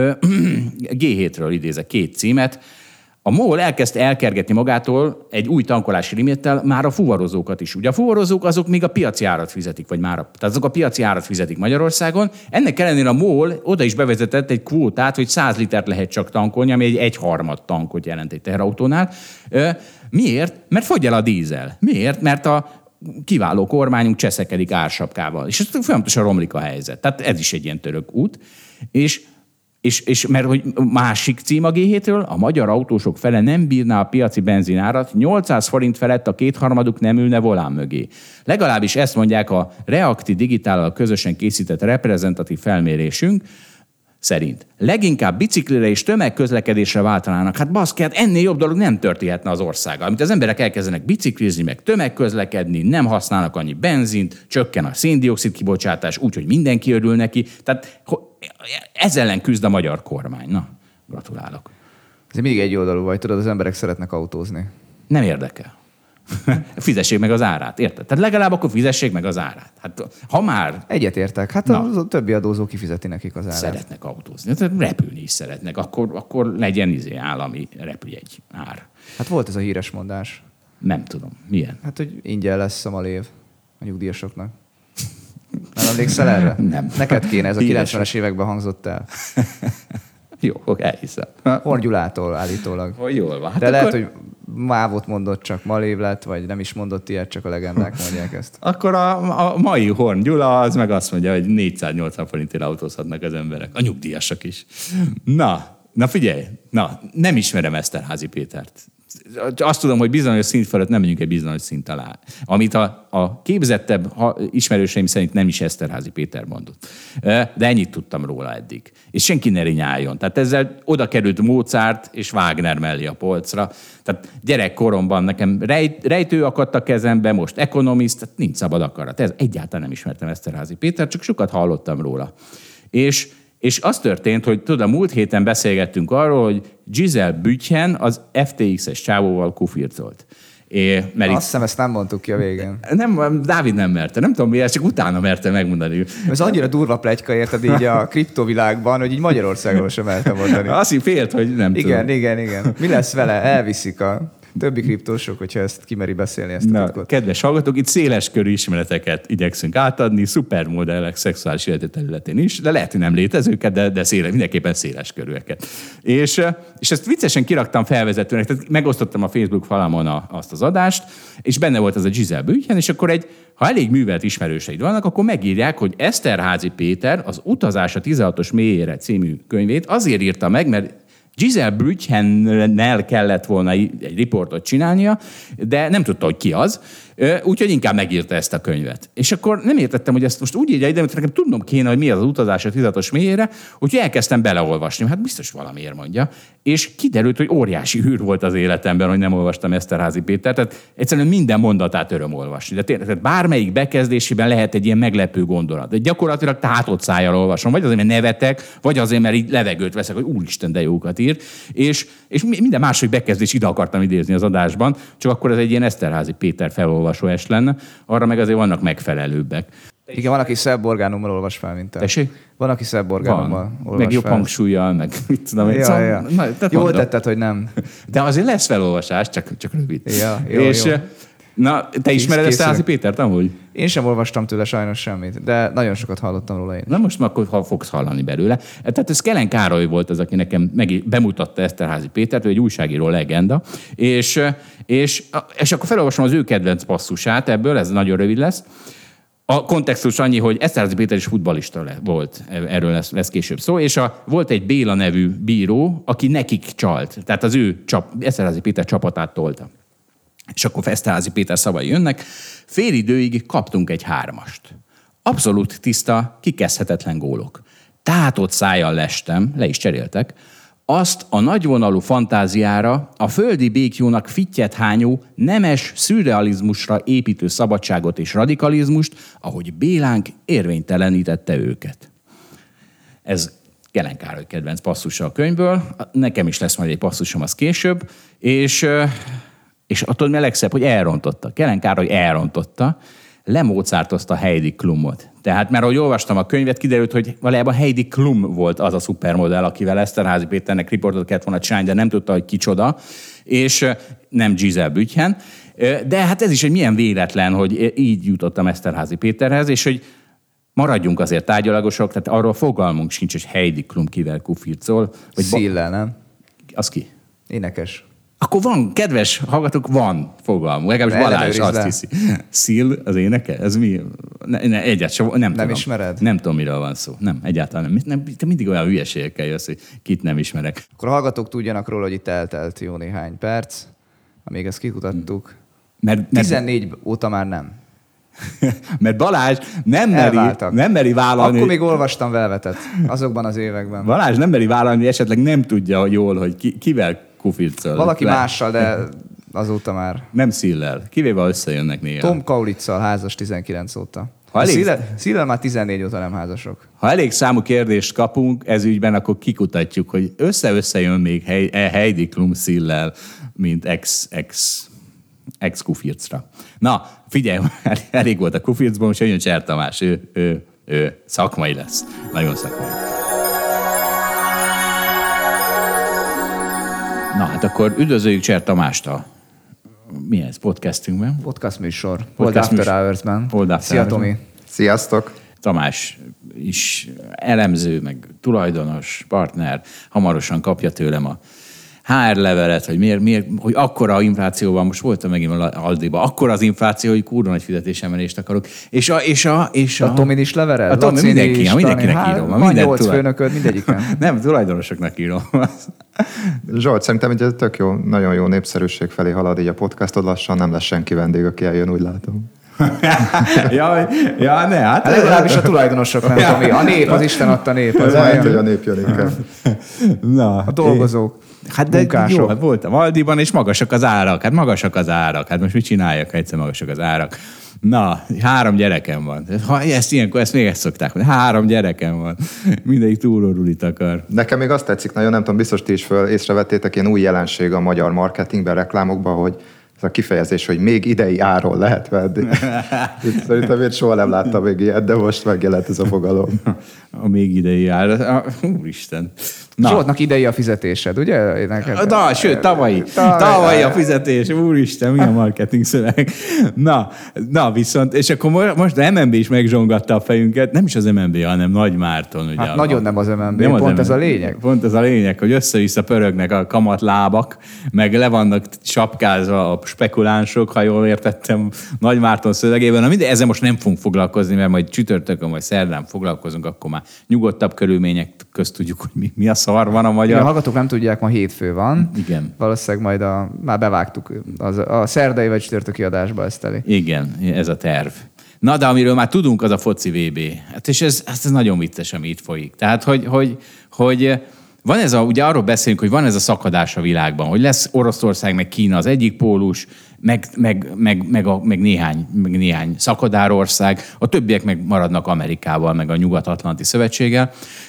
G7-ről idézek 2 címet. A MOL elkezdte elkergetni magától egy új tankolási limittel már a fuvarozókat is. Ugye a fuvarozók azok még a piaci árat fizetik, tehát azok a piaci árat fizetik Magyarországon. Ennek ellenére a MOL oda is bevezetett egy kvótát, hogy 100 litert lehet csak tankolni, ami egy 1/3 tankot jelent egy teherautónál. Miért? Mert fogy el a dízel. Miért? Mert a kiváló kormányunk cseszekedik ársapkával. És folyamatosan romlik a helyzet. Tehát ez is egy ilyen török út. És És mert hogy másik cím a G7-ről, a magyar autósok fele nem bírná a piaci benzinárat, 800 forint felett a kétharmaduk nem ülne volán mögé. Legalábbis ezt mondják a Reakti Digitállal közösen készített reprezentatív felmérésünk szerint. Leginkább biciklire és tömegközlekedésre váltanának. Hát baszki, hát ennél jobb dolog nem történhetne az országgal. Amit az emberek elkezdenek biciklizni, meg tömegközlekedni, nem használnak annyi benzint, csökken a széndioxid kibocsátás, úgyhogy mindenki örül neki. Tehát ez ellen küzd a magyar kormány. Na, gratulálok. Ez mindig egy oldalú vagy, tudod, az emberek szeretnek autózni. Nem érdekel. Fizessék meg az árát, érted? Tehát legalább akkor fizessék meg az árát. Hát ha már... Egyetértek. Hát a többi adózó kifizeti nekik az árát. Szeretnek autózni. Tehát repülni is szeretnek. Akkor legyen állami repüljegy ár. Hát volt ez a híres mondás. Nem tudom. Milyen? Hát, hogy ingyen lesz a malév a nyugdíjasoknak. Nem emlékszel erre? Nem. Neked kéne, ez a 90-es években hangzott el. Jó, elhiszem. Horn Gyulától állítólag. Jól van. Hát de lehet, hogy mávot mondott, csak malév lett, vagy nem is mondott ilyet, csak a legendák mondják ezt. Akkor a mai Horn Gyula az meg azt mondja, hogy 480 forintért autózhatnak az emberek. A nyugdíjasok is. Na figyelj, nem ismerem Eszterházy Pétert. Azt tudom, hogy bizonyos szint felett nem megyünk egy bizonyos szint alá. Amit a képzettebb ismerőseim szerint nem is Eszterházy Péter mondott. De ennyit tudtam róla eddig. És senki ne rinyáljon. Tehát ezzel oda került Mozart és Wagner mellé a polcra. Tehát gyerekkoromban nekem rejtő akadt a kezembe, most Economist, tehát nincs szabad akarat. Ez egyáltalán nem ismertem Eszterházy Pétert, csak sokat hallottam róla. És az történt, hogy tudod, a múlt héten beszélgettünk arról, hogy Giselle Bündchen az FTX-es csávóval kufircolt. Azt hiszem, ezt nem mondtuk ki a végén. Nem, Dávid nem merte. Nem tudom miért, csak utána merte megmondani. Ez annyira durva pletyka, érted így a kriptovilágban, hogy így Magyarországról sem merte mondani. Azt így félt, hogy nem tudom. Igen. Mi lesz vele? Elviszik a többi kriptósok, hogyha ezt kimeri beszélni, ezt a titkot. Kedves hallgatók, itt széleskörű ismereteket igyekszünk átadni, szupermodellek szexuális élete területén is, de lehet, hogy nem létezőket, de mindenképpen széleskörűeket. És ezt viccesen kiraktam felvezetőnek, tehát megosztottam a Facebook falamon azt az adást, és benne volt az a Giselle Bündchen, és akkor ha elég művelt ismerőseid vannak, akkor megírják, hogy Eszterházy Péter az Utazás a 16-os mélyére című könyvét azért írta meg, mert Giselle Bündchennel kellett volna egy riportot csinálnia, de nem tudta, hogy ki az, úgyhogy inkább megírta ezt a könyvet. És akkor nem értettem, hogy ezt most úgy írja ide, mert nekem tudnom kéne, hogy mi az Utazás a 16-os mélyére, úgyhogy elkezdtem beleolvasni. Hát biztos valamiért mondja. És kiderült, hogy óriási űr volt az életemben, hogy nem olvastam Eszterházy Pétert. Tehát egyszerűen minden mondatát öröm olvasni. De tényleg, bármelyik bekezdésében lehet egy ilyen meglepő gondolat. De gyakorlatilag tátott szájjal olvasom. Vagy azért, mert nevetek, vagy azért, mert így levegőt veszek, hogy úristen, de jókat ír. És minden második bekezdés ide akartam idézni az adásban, csak akkor ez egy ilyen Eszterházy Péter felolvasó est lenne, arra meg azért vannak megfelelőbbek. Igen, van, aki szebb orgánummal olvas fel, mint te. Tessék? Van, aki szebb orgánummal olvas meg jobb fel. hangsúlyjal, meg mit tudom. Ja. Jól tetted, hogy nem. De azért lesz felolvasás, csak rövid. Jó. Na, te ismered Eszterházy Pétert amúgy? Én sem olvastam tőle sajnos semmit, de nagyon sokat hallottam róla én. Na most már akkor fogsz hallani belőle. Tehát ez Kellen Károly volt az, aki nekem bemutatta Eszterházy Pétert, ő egy újságíró legenda, és akkor felolvasom az ő kedvenc passzusát ebből, ez nagyon rövid lesz. A kontextus annyi, hogy Eszterházy Péter is futballista volt, erről lesz később szó, és volt egy Béla nevű bíró, aki nekik csalt, tehát az Eszterházy Péter csapatát tolta. És akkor Eszterházy Péter szavai jönnek. Fél időig kaptunk egy 3-ast. Abszolút tiszta, kikezdhetetlen gólok. Tátott szájjal lestem, le is cseréltek, azt a nagyvonalú fantáziára, a földi békjónak fittyet hányó, nemes szürrealizmusra építő szabadságot és radikalizmust, ahogy Bélánk érvénytelenítette őket. Ez Kellen Károly kedvenc passzusa a könyvből. Nekem is lesz majd egy passzusom, az később. És attól mi a legszebb, hogy elrontotta. Kellen Károly elrontotta, lemócártozta Heidi Klumot. Tehát már ahogy olvastam a könyvet, kiderült, hogy valójában Heidi Klum volt az a szupermodell, akivel Eszterházy Péternek riportot kellett volna csinálni, de nem tudta, hogy kicsoda, és nem Giselle Bündchen. De hát ez is egy milyen véletlen, hogy így jutottam Eszterházy Péterhez, és hogy maradjunk azért tárgyalagosok, tehát arról fogalmunk sincs, hogy Heidi Klum kivel kufircol. Szillel, nem? Az ki? Énekes. Akkor van, kedves hallgatók, van fogalmunk. Legalábbis Balázs azt hiszi. Szil az éneke? Ez mi? Egyáltalán nem tudom. ismered? Nem tudom, miről van szó. Nem, egyáltalán nem. Te mindig olyan hülyeségekkel jössz, hogy kit nem ismerek. Akkor a hallgatók tudjanak róla, hogy itt eltelt jó néhány perc, amíg ezt kikutattuk. Mert 14 óta már nem. Mert Balázs nem meri vállalni. Akkor még olvastam Velvetet azokban az években. Balázs nem meri vállalni, hogy esetleg nem tudja jól, hogy kivel kufircol. Valaki mással, de azóta már. Nem Szillel. Kivéve összejönnek néha. Tom Kaulitzal házas 19 óta. Szillel már 14 óta nem házasok. Ha elég számú kérdést kapunk ez ügyben, akkor kikutatjuk, hogy össze-összejön még Heidi Klum Szillel, mint ex-kufircra. Na, figyelj, elég volt a kufircban, most jön Cser Tamás, ő szakmai lesz. Nagyon szakmai. Na, hát akkor üdvözöljük Cser Tamást a milyen ez, podcastünkben? Podcast műsor. Old After Hours-ben. Szia, Tomi. Sziasztok. Tamás is elemző, meg tulajdonos, partner, hamarosan kapja tőlem a HR levelet, hogy miért, hogy akkora infláció van, most voltam megint Aldiba, akkora az infláció, hogy kurva nagy fizetésemelést akarok. És a Tomin is leverel? A Tomi mindenkinek írom. Van 8 főnököd, mindegyiken. Nem, tulajdonosoknak írom. Zsolt, szerintem egy tök jó, nagyon jó népszerűség felé halad így a podcastod, lassan nem lesz senki vendég, aki eljön, úgy látom. ja, ne, hát legalábbis a tulajdonosok, nem Tomi. A nép, az Isten adta nép. Az lehet, hogy a nép jön inkább. A dolgozók. Hát de jó, hát voltam Aldiban, és magasak az árak. Hát most mit csináljak, ha egyszer magasak az árak? Na, 3 gyerekem van. Ha ilyenkor még ezt szokták, hogy 3 gyerekem van. Mindegyik túlórulit akar. Nekem még azt tetszik nagyon, nem tudom, biztos ti is észrevettétek, ilyen új jelenség a magyar marketingben, reklámokban, hogy ez a kifejezés, hogy még idei áron lehet venni. Szerintem én soha nem láttam még ilyet, de most megjelent ez a fogalom. A még idei ár. Úristen. Zsoltnak idei a fizetésed, ugye? Sőt, tavalyi a fizetés. Úristen, mi a marketing szöveg. Na, viszont, és akkor most a MNB is megzsongatta a fejünket. Nem is az MNB, hanem Nagy Márton. Ugye, hát nagyon nem az MNB, pont ez a lényeg. Pont ez a lényeg, hogy össze-vissza pörögnek a kamatlábak, meg le vannak sapkázva a spekulánsok, ha jól értettem Nagy Márton szövegében. Na mindegy, ezzel most nem fogunk foglalkozni, mert majd csütörtökön vagy szerdán foglalkozunk, akkor már nyugodtabb körülmények közt tudjuk, hogy mi a szar van a magyar. Igen, a hallgatók nem tudják, ma hétfő van. Igen. Valószínűleg majd már bevágtuk a szerdai vagy csütörtöki adásba ezt elé. Igen, ez a terv. Na, de amiről már tudunk, az a foci VB. Hát és ez nagyon vicces, ami itt folyik. Tehát, hogy van ez ugye arról beszélünk, hogy van ez a szakadás a világban, hogy lesz Oroszország, meg Kína az egyik pólus, meg néhány szakadárország, a többiek meg maradnak Amerikával, meg a Nyugat-Atlanti Szövetséggel,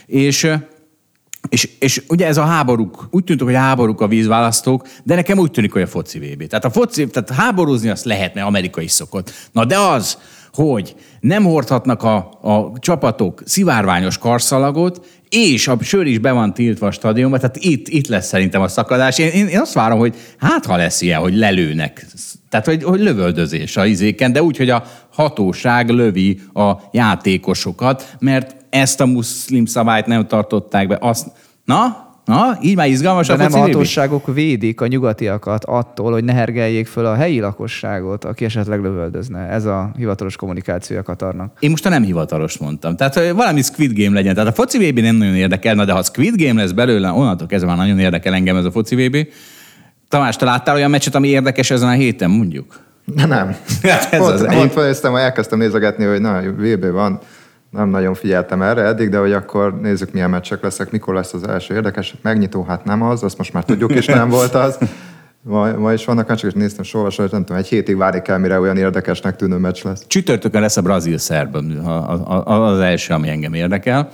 és ugye ez a háborúk, úgy tűnik, hogy háborúk a vízválasztók, de nekem úgy tűnik, hogy a foci VB. Tehát háborúzni azt lehetne, Amerika is szokott. Na de az, hogy nem hordhatnak a csapatok szivárványos karszalagot, és a sör is be van tiltva a stadionban, tehát itt lesz szerintem a szakadás. Én azt várom, hogy ha lesz ilyen, hogy lelőnek, tehát hogy lövöldözés a izéken, de úgy, hogy a hatóság lövi a játékosokat, mert ezt a muszlim szabályt nem tartották be. Na, így már izgalmas a foci VB. De nem a hatóságok védik a nyugatiakat attól, hogy ne hergeljék föl a helyi lakosságot, aki esetleg lövöldözne. Ez a hivatalos kommunikációja Katarnak. Én most a nem hivatalos mondtam. Tehát, hogy valami Squid Game legyen. Tehát a foci VB nem nagyon érdekel, de ha Squid Game lesz belőle, onnantól kezdve már nagyon érdekel engem ez a foci VB. Tamás, te láttál olyan meccset, ami érdekes ezen a héten, mondjuk? Nem. Pont elkezdtem nézegetni, hogy VB van. Nem nagyon figyeltem erre eddig, de hogy akkor nézzük, milyen meccsek lesznek, mikor lesz az első érdekes. Megnyitó, hát nem az, azt most már tudjuk is, nem volt az. Ma is vannak meccsek, és néztem sorba, nem tudom, egy hétig várni kell, mire olyan érdekesnek tűnő meccs lesz. Csütörtökön lesz a Brazil-Szerb, az első, ami engem érdekel.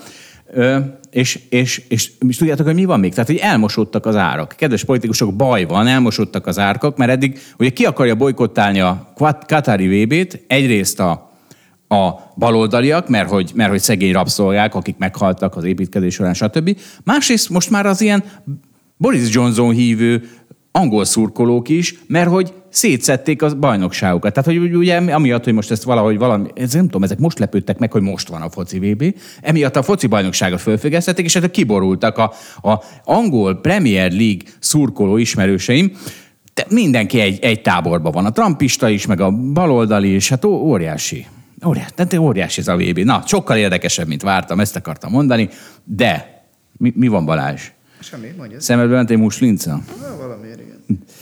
És tudjátok, hogy mi van még? Tehát, hogy elmosódtak az árak. Kedves politikusok, baj van, elmosódtak az árak, mert eddig ugye ki akarja bojkottálni a Katari VB-t, egyrészt a baloldaliak, mert hogy szegény rabszolgák, akik meghaltak az építkezés során, stb. Másrészt most már az ilyen Boris Johnson hívő angol szurkolók is, mert hogy szétszedték a bajnokságokat. Tehát, hogy ugye amiatt, hogy most ezt nem tudom, ezek most lepődtek meg, hogy most van a foci VB, emiatt a foci bajnokságot fölfüggesztették, és hát kiborultak a angol Premier League szurkoló ismerőseim. Mindenki egy táborban van. A trumpista is, meg a baloldali is, hát óriási. Óriási ez a VB. Na, sokkal érdekesebb, mint vártam, ezt akartam mondani, de mi van, Balázs? Semmi, mondja. Szemedbe ment egy muslinca? Valamiért, igen.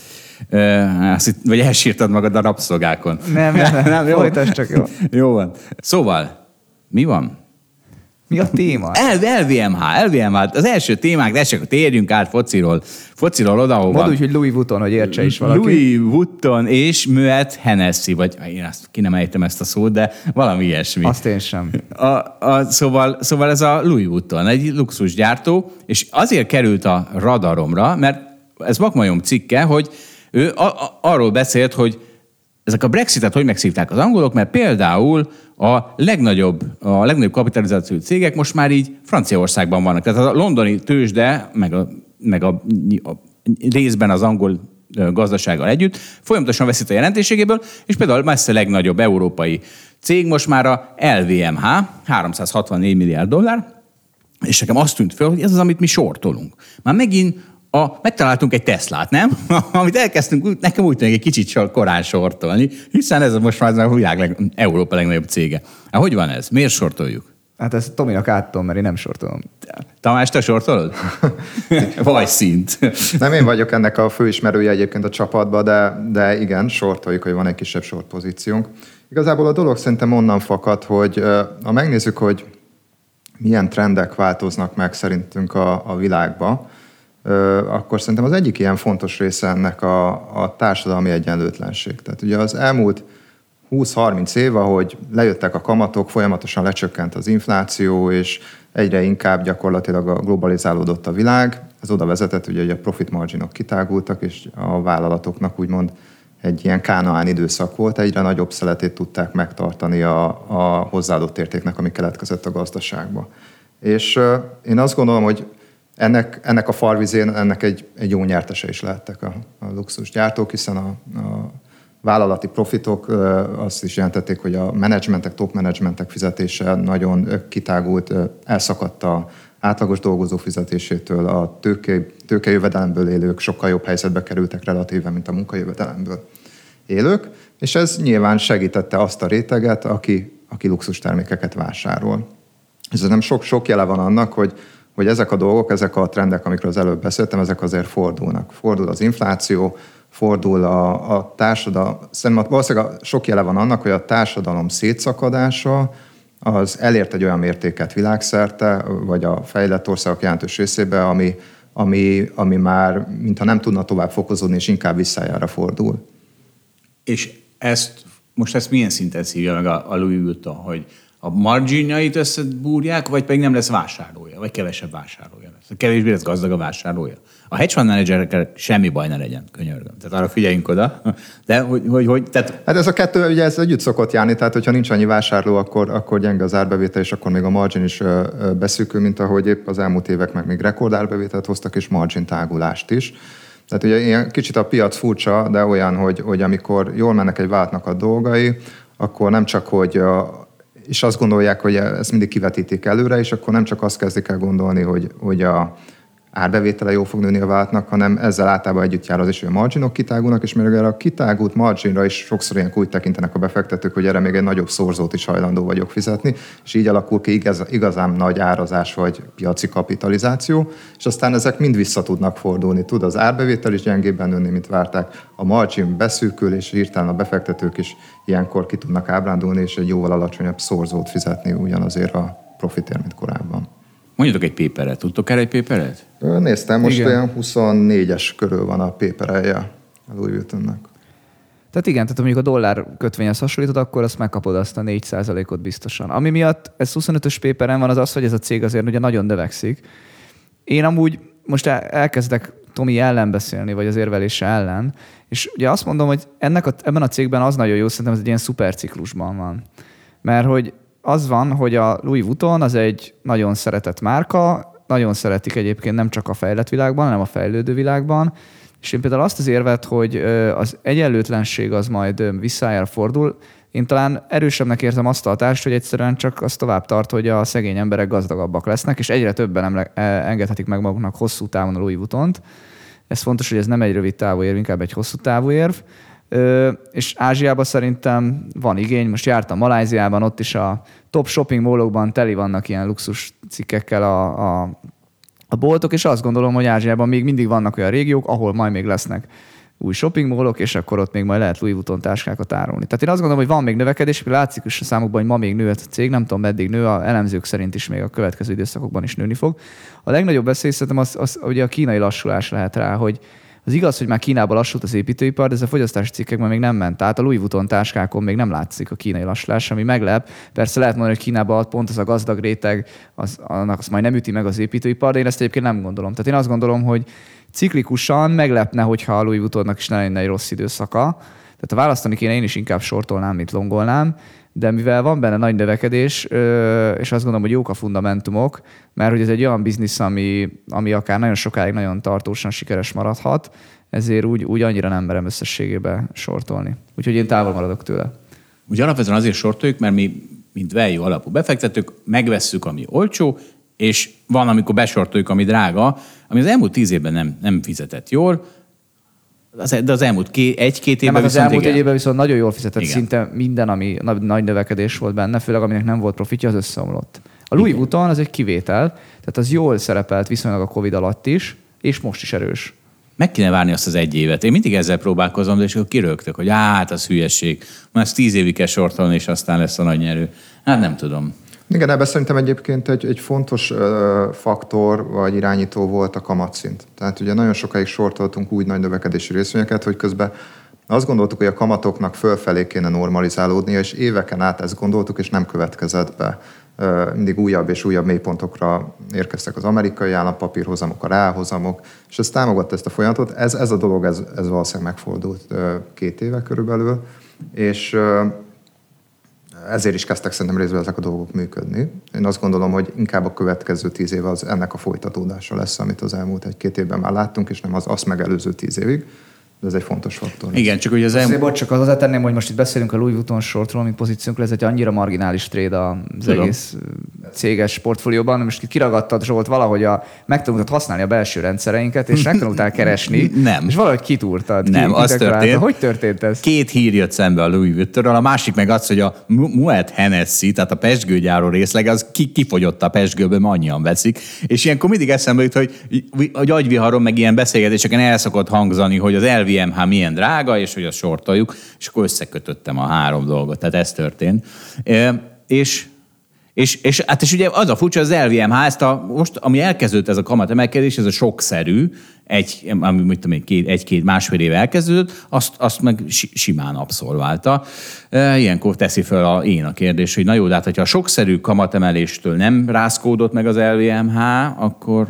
Vagy elsírtad magad a rabszolgákon. Nem, folytasd csak, jó. Jó van. Szóval, mi van? Mi a téma? LVMH. Az első témák, de csak térjünk át fociról oda, ahova... Mondd úgy, hogy Louis Vuitton, hogy értse is valaki. Louis Vuitton és Moet Hennessy, vagy én ki nem ejtem ezt a szót, de valami ilyesmi. Azt én sem. Szóval ez a Louis Vuitton, egy luxusgyártó, és azért került a radaromra, mert ez Vakmajom cikke, hogy ő arról beszélt, hogy ezek a Brexitet hogy megszívták az angolok, mert például a legnagyobb kapitalizáció cégek most már így Franciaországban vannak. Tehát a londoni tőzsde, meg a részben az angol gazdasággal együtt folyamatosan veszít a jelentőségéből, és például messze legnagyobb európai cég most már a LVMH, 364 milliárd dollár, és nekem azt tűnt fel, hogy ez az, amit mi sortolunk. Már megint megtaláltunk egy Teslát, nem? Amit elkezdtünk, nekem úgy tűnik, egy kicsit korán sortolni, hiszen ez most már a világ Európa legnagyobb cége. Hát hogy van ez? Miért sortoljuk? Hát ezt Tominak átadom, mert én nem sortolom. Tamás, te sortolod? Vagy szint. Nem én vagyok ennek a főismerője egyébként a csapatban, de igen, sortoljuk, hogy van egy kisebb short pozíciónk. Igazából a dolog szerintem onnan fakad, hogy ha megnézzük, hogy milyen trendek változnak meg szerintünk a világba, akkor szerintem az egyik ilyen fontos része ennek a társadalmi egyenlőtlenség. Tehát ugye az elmúlt 20-30 év, ahogy lejöttek a kamatok, folyamatosan lecsökkent az infláció, és egyre inkább gyakorlatilag globalizálódott a világ. Ez oda vezetett, ugye, hogy a profit marginok kitágultak, és a vállalatoknak úgymond egy ilyen kánaán időszak volt, egyre nagyobb szeletét tudták megtartani a hozzáadott értéknek, ami keletkezett a gazdaságba. És én azt gondolom, hogy ennek a farvizén ennek egy jó nyertese is lehettek a luxusgyártók, hiszen a vállalati profitok azt is jelentették, hogy a menedzsmentek, top menedzsmentek fizetése nagyon kitágult, elszakadt a átlagos dolgozó fizetésétől, a tőkejövedelemből élők sokkal jobb helyzetbe kerültek relatíve, mint a munkajövedelemből élők, és ez nyilván segítette azt a réteget, aki luxustermékeket vásárol. Ez nem sok jele van annak, hogy ezek a dolgok, ezek a trendek, amikről az előbb beszéltem, ezek azért fordulnak. Fordul az infláció, fordul a társadalom. Szerintem valószínűleg sok jele van annak, hogy a társadalom szétszakadása az elért egy olyan mértéket világszerte, vagy a fejlett országok jelentős részébe, ami már mintha nem tudna tovább fokozódni, és inkább visszájára fordul. És ezt milyen szinten szívja meg a Louis Vuitton, hogy a marginjait összebúrják, vagy pedig nem lesz vásárlója, vagy kevesebb vásárlója lesz. Kevésbé lesz gazdag a vásárlója. A hedge fund menedzserekkel semmi baj ne legyen, könyörgöm. Tehát arra figyeljünk oda. De tehát... Hát ez a kettő, ugye ez együtt szokott járni, tehát hogyha nincs annyi vásárló, akkor gyenge az árbevétel, és akkor még a margin is beszűkül, mint ahogy épp az elmúlt évek meg még rekord árbevételt hoztak, és margin tágulást is. Tehát ugye ilyen kicsit a piac furcsa, de olyan, hogy amikor jól mennek egy vállalatnak a dolgai, akkor nem csak, és azt gondolják, hogy ezt mindig kivetítik előre, és akkor nem csak azt kezdik el gondolni, hogy a árbevétele jól fog nőni a vállalatnak, hanem ezzel általában együtt jár az is, hogy a marginok kitágulnak, és még a kitágult marginra is sokszor ilyen úgy tekintenek a befektetők, hogy erre még egy nagyobb szorzót is hajlandó vagyok fizetni, és így alakul ki igazán nagy árazás vagy piaci kapitalizáció, és aztán ezek mind vissza tudnak fordulni. Tud az árbevétel is gyengébben nőni, mint várták, a margin beszűkül, és hirtelen a befektetők is ilyenkor ki tudnak ábrándulni, és egy jóval alacsonyabb szorzót fizetni ugyanazért a profitért, mint korábban. Mondjatok egy paperet. Tudtok erre egy paperet? Néztem, most olyan 24-es körül van a paperelje a Louis Vuittonnak. Tehát igen, tehát mondjuk a dollár kötvényhez hasonlítod, akkor azt megkapod azt a 4%-ot biztosan. Ami miatt ez 25-ös paperen van, az, hogy ez a cég azért ugye nagyon növekszik. Én amúgy most elkezdek Tomi ellen beszélni, vagy az érvelése ellen, és ugye azt mondom, hogy ebben a cégben az nagyon jó, szerintem ez egy ilyen szuperciklusban van. Mert hogy az van, hogy a Louis Vuitton az egy nagyon szeretett márka, nagyon szeretik egyébként nem csak a fejlett világban, hanem a fejlődő világban, és én például azt az érvet, hogy az egyenlőtlenség az majd visszájára fordul, én talán erősebbnek érzem azt a hatást, hogy egyszerűen csak az tovább tart, hogy a szegény emberek gazdagabbak lesznek, és egyre többen engedhetik meg maguknak hosszú távon a Louis Vuittont. Ez fontos, hogy ez nem egy rövid távú érv, inkább egy hosszú távú érv, És Ázsiában szerintem van igény. Most jártam Malajziában, ott is a top shopping mallokban teli vannak ilyen luxus cikkekkel a boltok, és azt gondolom, hogy Ázsiában még mindig vannak olyan régiók, ahol majd még lesznek új shopping mallok, és akkor ott még majd lehet Louis Vuitton táskákat árulni. Tehát én azt gondolom, hogy van még növekedés, látszik is a számokban, hogy ma még nő a cég, nem tudom, meddig nő, a elemzők szerint is még a következő időszakokban is nőni fog. A legnagyobb veszély szerintem az ugye a kínai lassulás lehet rá, hogy az igaz, hogy már Kínában lassult az építőipar, de ez a fogyasztási cikkekben még nem ment. Tehát a Louis Vuitton táskákon még nem látszik a kínai lassulás, ami meglep. Persze lehet mondani, hogy Kínában pont az a gazdag réteg, az majd nem üti meg az építőipar, de én ezt egyébként nem gondolom. Tehát én azt gondolom, hogy ciklikusan meglepne, hogyha a Louis Vuittonnak is ne lenne egy rossz időszaka. Tehát ha választani kéne, én is inkább sortolnám, mint longolnám, de mivel van benne nagy növekedés, és azt gondolom, hogy jók a fundamentumok, mert hogy ez egy olyan biznisz, ami akár nagyon sokáig nagyon tartósan sikeres maradhat, ezért úgy annyira nem merem összességében sortolni. Úgyhogy én távol maradok tőle. Ugye alapvetően azért sortoljuk, mert mi, mint value alapú befektetők, megvesszük, ami olcsó, és van, amikor besortoljuk, ami drága, ami az elmúlt 10 évben nem fizetett jól, de az elmúlt 1-2 évben az elmúlt egy évben viszont nagyon jól fizetett. Igen. Szinte minden, ami nagy növekedés volt benne, főleg aminek nem volt profitja, az összeomlott. A Louis Vuitton az egy kivétel, tehát az jól szerepelt viszonylag a Covid alatt is, és most is erős. Meg kéne várni azt az 1 évet. Én mindig ezzel próbálkozom, de és akkor kirögtök, hogy hát az hülyeség. Már ezt 10 évig kell sortolni, és aztán lesz a nagy nyerő. Hát nem tudom. Igen, ebben szerintem egyébként egy fontos faktor vagy irányító volt a kamatszint. Tehát ugye nagyon sokáig sortoltunk úgy nagy növekedési részvényeket, hogy közben azt gondoltuk, hogy a kamatoknak fölfelé kéne normalizálódnia, és éveken át ezt gondoltuk, és nem következett be. Mindig újabb és újabb mélypontokra érkeztek az amerikai állampapírhozamok, a reálhozamok, és ez támogatta ezt a folyamatot. Ez a dolog, ez valószínűleg megfordult 2 éve körülbelül, és ezért is kezdtek szerintem részben ezek a dolgok működni. Én azt gondolom, hogy inkább a következő 10 év az ennek a folytatódása lesz, amit az elmúlt 1-2 évben már láttunk, és nem az azt megelőző 10 évig. De ez egy fontos faktor. Igen, csak hogy az elmúlt... Csak az tenném, hogy most itt beszélünk a Louis Vuitton shortról, mint pozíciónkról, ez egy annyira marginális trade az egész céges portfólióban. Most kiragadtad, Zsolt, valahogy megtanultad használni a belső rendszereinket, és megtanultál keresni, nem. És valahogy kitúrtad. Nem, az történt. Hogy történt ez? 2 hír jött szembe a Louis Vuittonról, a másik meg az, hogy a Moet Hennessy, tehát a pezsgőgyáró részleg, az kifogyott a pezsgőből, mert annyian veszik. És ilyenkor mindig eszembe jut, hogy agyviharon meg ilyen beszélgetéseken el szokott hangzani, hogy az LVMH milyen drága, és hogy azt sortoljuk, és akkor összekötöttem a 3 dolgot. Tehát ez történt. És ugye az a furcsa, az LVMH, most, ami elkezdődött ez a kamatemelkedés, ez a sokszerű, másfél éve elkezdődött, azt meg simán abszolválta. Ilyenkor teszi fel én a kérdés, hogy na jó, de hát, hogyha a sokszerű kamatemeléstől nem rázkódott meg az LVMH, akkor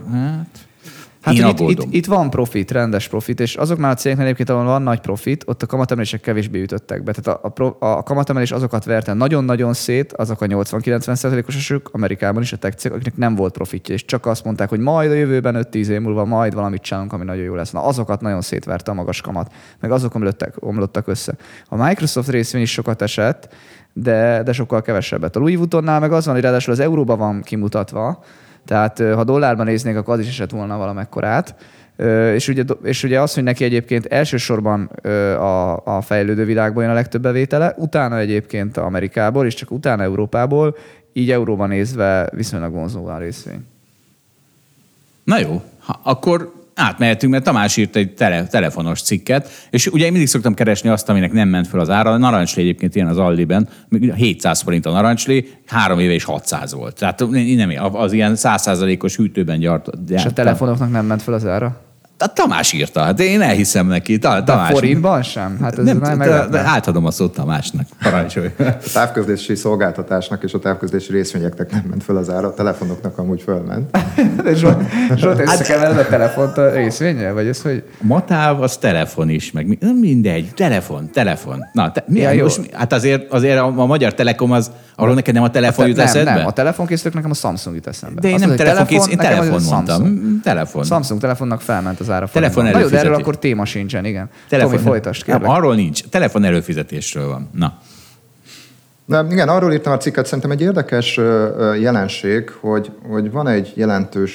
itt van profit, rendes profit, és azoknál a cégeknél egyébként, ahol van nagy profit, ott a kamatemelések kevésbé ütöttek be. Tehát a kamatemelés azokat verte nagyon-nagyon szét, azok a 80-90%-os esők Amerikában is a tech cégek, akiknek nem volt profitja, és csak azt mondták, hogy majd a jövőben 5-10 év múlva majd valamit csinálunk, ami nagyon jó lesz. Na, azokat nagyon szétverte a magas kamat, meg azok omlottak össze. A Microsoft részvény is sokat esett, de sokkal kevesebbet. A Louis Vuittonnál meg az van, hogy ráadásul az euróban van kimutatva, tehát ha dollárban néznék, akkor az is esett volna valamekkorát. És ugye az, hogy neki egyébként elsősorban a fejlődő világból jön a legtöbb bevétele, utána egyébként Amerikából, és csak utána Európából, így euróban nézve viszonylag vonzó a részvény. Na jó, akkor átmehetünk, mert Tamás írt egy telefonos cikket, és ugye én mindig szoktam keresni azt, aminek nem ment fel az ára. A narancslé egyébként ilyen az Aldiben, 700 forint a narancslé, 3 éve is 600 volt. Tehát nem, az ilyen 100%-os hűtőben gyártott. És a telefonoknak nem ment fel az ára? A Tamás írta, hát én elhiszem neki. De forintban sem? Hát ez nem, átadom a szót Tamásnak. Parancsolj. A távközlési szolgáltatásnak és a távközlési részvényeknek nem ment föl az ára, a telefonoknak amúgy fölment. Zsolt, összekevered a telefont a részvénnyel? Vagy ez, hogy... A matáv az telefon is, meg mindegy. Telefon. Na, hát azért a Magyar Telekom az, arról neked nem a telefon jut eszedbe? Nem, a telefonkészítők nekem a Samsung jut eszembe. De én nem telefonkészítő, én telefon mondtam. Telefon. Samsung telefonnak felment az ára. Telefon előfizetés. De erről akkor téma sincsen, igen. Tomi, folytasd, kérlek. Arról nincs. Telefon előfizetésről van. Na. De igen, arról írtam a cikket, szerintem egy érdekes jelenség, hogy van egy jelentős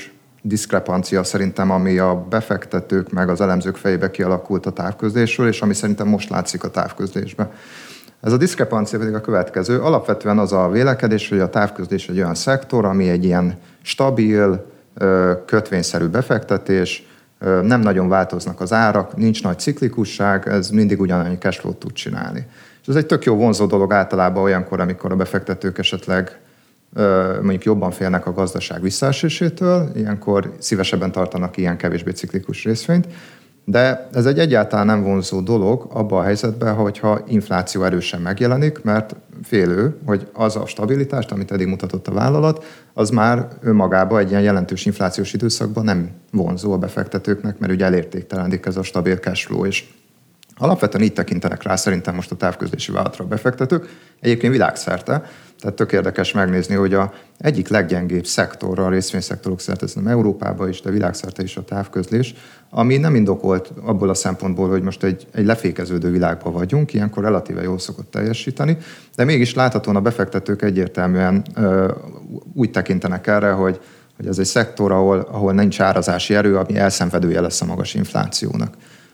diszkrepancia szerintem, ami a befektetők meg az elemzők fejébe kialakult a távközlésről, és ami szerintem most látszik a távközlésben. Ez a diszkrepancia pedig a következő. Alapvetően az a vélekedés, hogy a távközlés egy olyan szektor, ami egy ilyen stabil, kötvényszerű befektetés, nem nagyon változnak az árak, nincs nagy ciklikusság, ez mindig ugyanannyi cashflow-t tud csinálni. És ez egy tök jó vonzó dolog általában olyankor, amikor a befektetők esetleg mondjuk jobban félnek a gazdaság visszaesésétől, ilyenkor szívesebben tartanak ilyen kevésbé ciklikus részvényt, de ez egy egyáltalán nem vonzó dolog abban a helyzetben, hogyha infláció erősen megjelenik, mert félő, hogy az a stabilitást, amit eddig mutatott a vállalat, az már önmagában egy ilyen jelentős inflációs időszakban nem vonzó a befektetőknek, mert ugye elértéktelenik ez a stabil cashflow, és alapvetően így tekintenek rá szerintem most a távközlési vállalatra a befektetők, egyébként világszerte. Tehát tök érdekes megnézni, hogy a egyik leggyengébb szektorra, a részvényszektorok szerte, nem Európában is, de világszerte is a távközlés, ami nem indokolt abból a szempontból, hogy most egy lefékeződő világban vagyunk, ilyenkor relatíve jól szokott teljesíteni, de mégis láthatóan a befektetők egyértelműen úgy tekintenek erre, hogy ez egy szektor, ahol nincs árazási erő, ami elszenvedője lesz a magas inflációnak.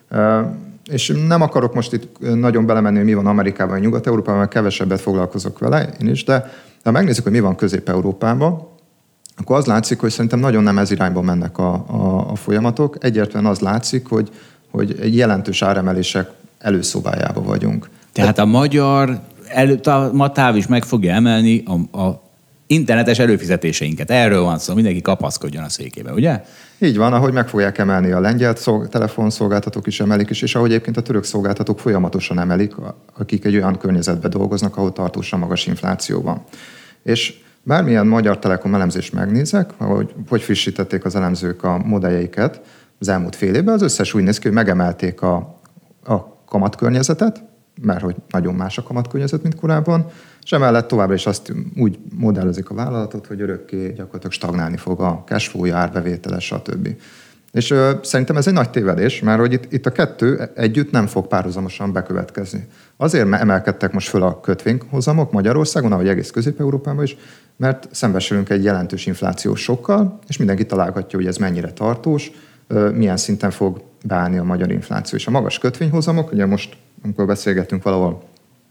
És nem akarok most itt nagyon belemenni, hogy mi van Amerikában, vagy Nyugat-Európában, mert kevesebbet foglalkozok vele én is, de ha megnézzük, hogy mi van Közép-Európában, akkor az látszik, hogy szerintem nagyon nem ez irányba mennek a folyamatok. Egyértelműen az látszik, hogy egy jelentős áremelések előszobájában vagyunk. Tehát a magyar MATÁV is meg fogja emelni a internetes előfizetéseinket. Erről van szó, mindenki kapaszkodjon a székébe, ugye? Így van, ahogy meg fogják emelni a lengyel telefonszolgáltatók is emelik is, és ahogy egyébként a török szolgáltatók folyamatosan emelik, akik egy olyan környezetben dolgoznak, ahol tartósan magas infláció van. És bármilyen Magyar Telekom elemzést megnézek, hogy frissítették az elemzők a modelljeiket az elmúlt fél évben, az összes úgy néz ki, hogy megemelték a kamatkörnyezetet, mert hogy nagyon más a kamatkörnyezet, mint korábban, és emellett továbbra is azt úgy modellezik a vállalatot, hogy örökké gyakorlatilag stagnálni fog a cashflow-ja, árbevétele, stb. És szerintem ez egy nagy tévedés, mert hogy itt a kettő együtt nem fog párhuzamosan bekövetkezni. Azért emelkedtek most föl a kötvényhozamok Magyarországon, ahogy egész Közép-Európában is, mert szembesülünk egy jelentős inflációs sokkal, és mindenki találgatja, hogy ez mennyire tartós, milyen szinten fog beállni a magyar infláció. És a magas kötvényhozamok, ugye most, amikor beszélgetünk valahol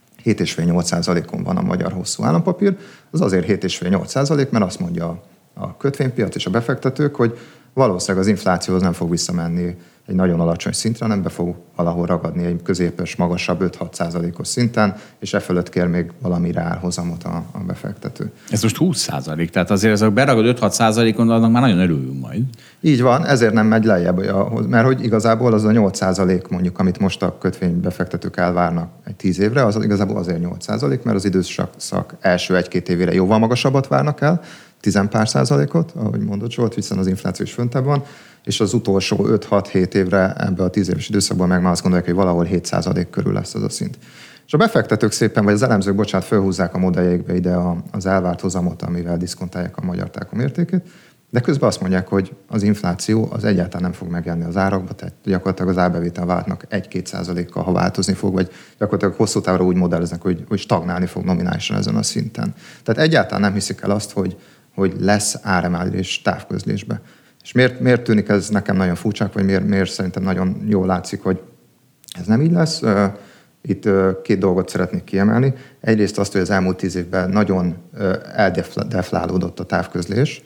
7,5-8%-on van a magyar hosszú állampapír, az azért 7,5-8%, mert azt mondja a kötvénypiac és a befektetők, hogy valószínűleg az inflációhoz nem fog visszamenni egy nagyon alacsony szintre, nem be fog valahol ragadni egy középes, magasabb 5-6%-os szinten, és e fölött kér még valami reálhozamot a befektető. Ez most 20%, tehát azért ez a beragad 5-6%-on, annak már nagyon örülünk majd. Így van, ezért nem megy lejjebb, mert hogy igazából az a 8% mondjuk, amit most a kötvénybefektetők elvárnak egy 10 évre, az igazából azért 8%, mert az időszak első 1-2 évére jóval magasabbat várnak el, 10 pár százalékot, ahogy mondott Zsolt, hiszen az infláció is föntebb van, és az utolsó 5-6-7 évre ebbe a 10 éves időszakban meg már azt gondolják, hogy valahol 7% körül lesz az a szint. És a befektetők szépen, vagy az elemzők, felhúzzák a modelljeikbe ide az elvárt hozamot, amivel diszkontálják a Magyar Telekom értékét, de közben azt mondják, hogy az infláció az egyáltalán nem fog megjelenni az árakba, tehát gyakorlatilag az árbevétel váltnak 1-2%-kal, ha változni fog, vagy gyakorlatilag hosszú távra úgy modelleznek, hogy stagnálni fog nominálisan ezen a szinten. Tehát egyáltalán nem hiszik el azt, hogy lesz áremelés távközlésbe. És miért tűnik ez nekem nagyon furcsák, vagy miért szerintem nagyon jól látszik, hogy ez nem így lesz? Itt 2 dolgot szeretnék kiemelni. Egyrészt azt, hogy az elmúlt 10 évben nagyon eldeflálódott a távközlés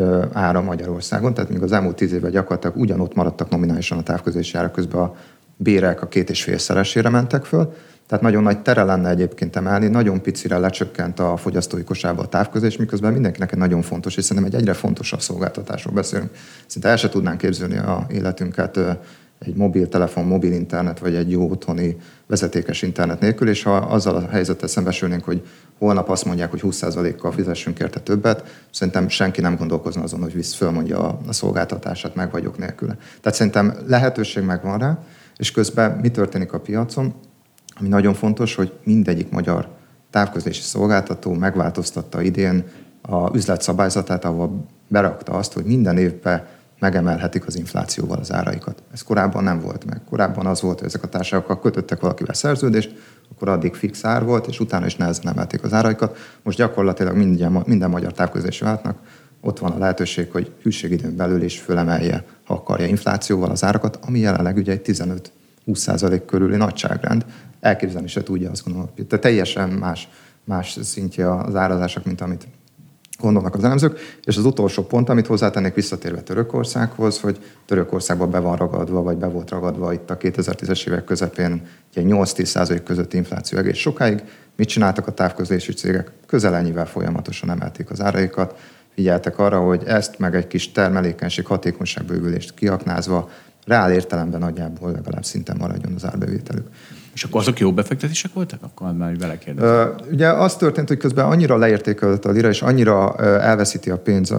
ára Magyarországon, tehát még az elmúlt 10 évben gyakorlatilag ugyanott maradtak nominálisan a távközlési árak, közben a bérek a 2,5-szeresére mentek föl. Tehát nagyon nagy tere lenne egyébként emelni, nagyon picire lecsökkent a fogyasztói kosárba a távközlés, miközben mindenkinek egy nagyon fontos, és szerintem egy egyre fontosabb szolgáltatásról beszélünk. Szinte el se tudnánk képzelni a életünket egy mobiltelefon, mobil internet, vagy egy jó otthoni vezetékes internet nélkül, és ha azzal a helyzettel szembesülnénk, hogy holnap azt mondják, hogy 20%-kal fizessünk érte többet, szerintem senki nem gondolkozna azon, hogy fölmondja a szolgáltatását, meg vagyok nélküle. Tehát szerintem lehetőség megvan rá, és közben mi történik a piacon? Ami nagyon fontos, hogy mindegyik magyar távközlési szolgáltató megváltoztatta idén az üzletszabályzatát, ahol berakta azt, hogy minden évben megemelhetik az inflációval az áraikat. Ez korábban nem volt meg. Korábban az volt, hogy ezek a társaságok kötöttek valakivel szerződést, akkor addig fix ár volt, és utána is nehezen emelték az áraikat. Most gyakorlatilag minden magyar távközlési vállalatnak ott van a lehetőség, hogy hűségidőn belül is fölemelje, ha akarja, inflációval az árakat, ami jelenleg ugye egy 15-20% körüli nagyságrend. Elképzelni se tudja, azt gondolom. Tehát teljesen más szintje az árazások, mint amit gondolnak az elemzők. És az utolsó pont, amit hozzátennék visszatérve Törökországhoz, hogy Törökországban be van ragadva, vagy be volt ragadva itt a 2010-es évek közepén egy 8-10% közötti infláció egész sokáig. Mit csináltak a távközlési cégek? Közel ennyivel folyamatosan emelték az áraikat. Figyeltek arra, hogy ezt meg egy kis termelékenység, hatékonyságbővülést kiaknázva reál értelemben nagyjából legalább szinten maradjon az árbevételük. És akkor azok jó befektetések voltak? Akkor már belekérdezem. Ugye az történt, hogy közben annyira leértékelődött a lira, és annyira elveszíti a pénz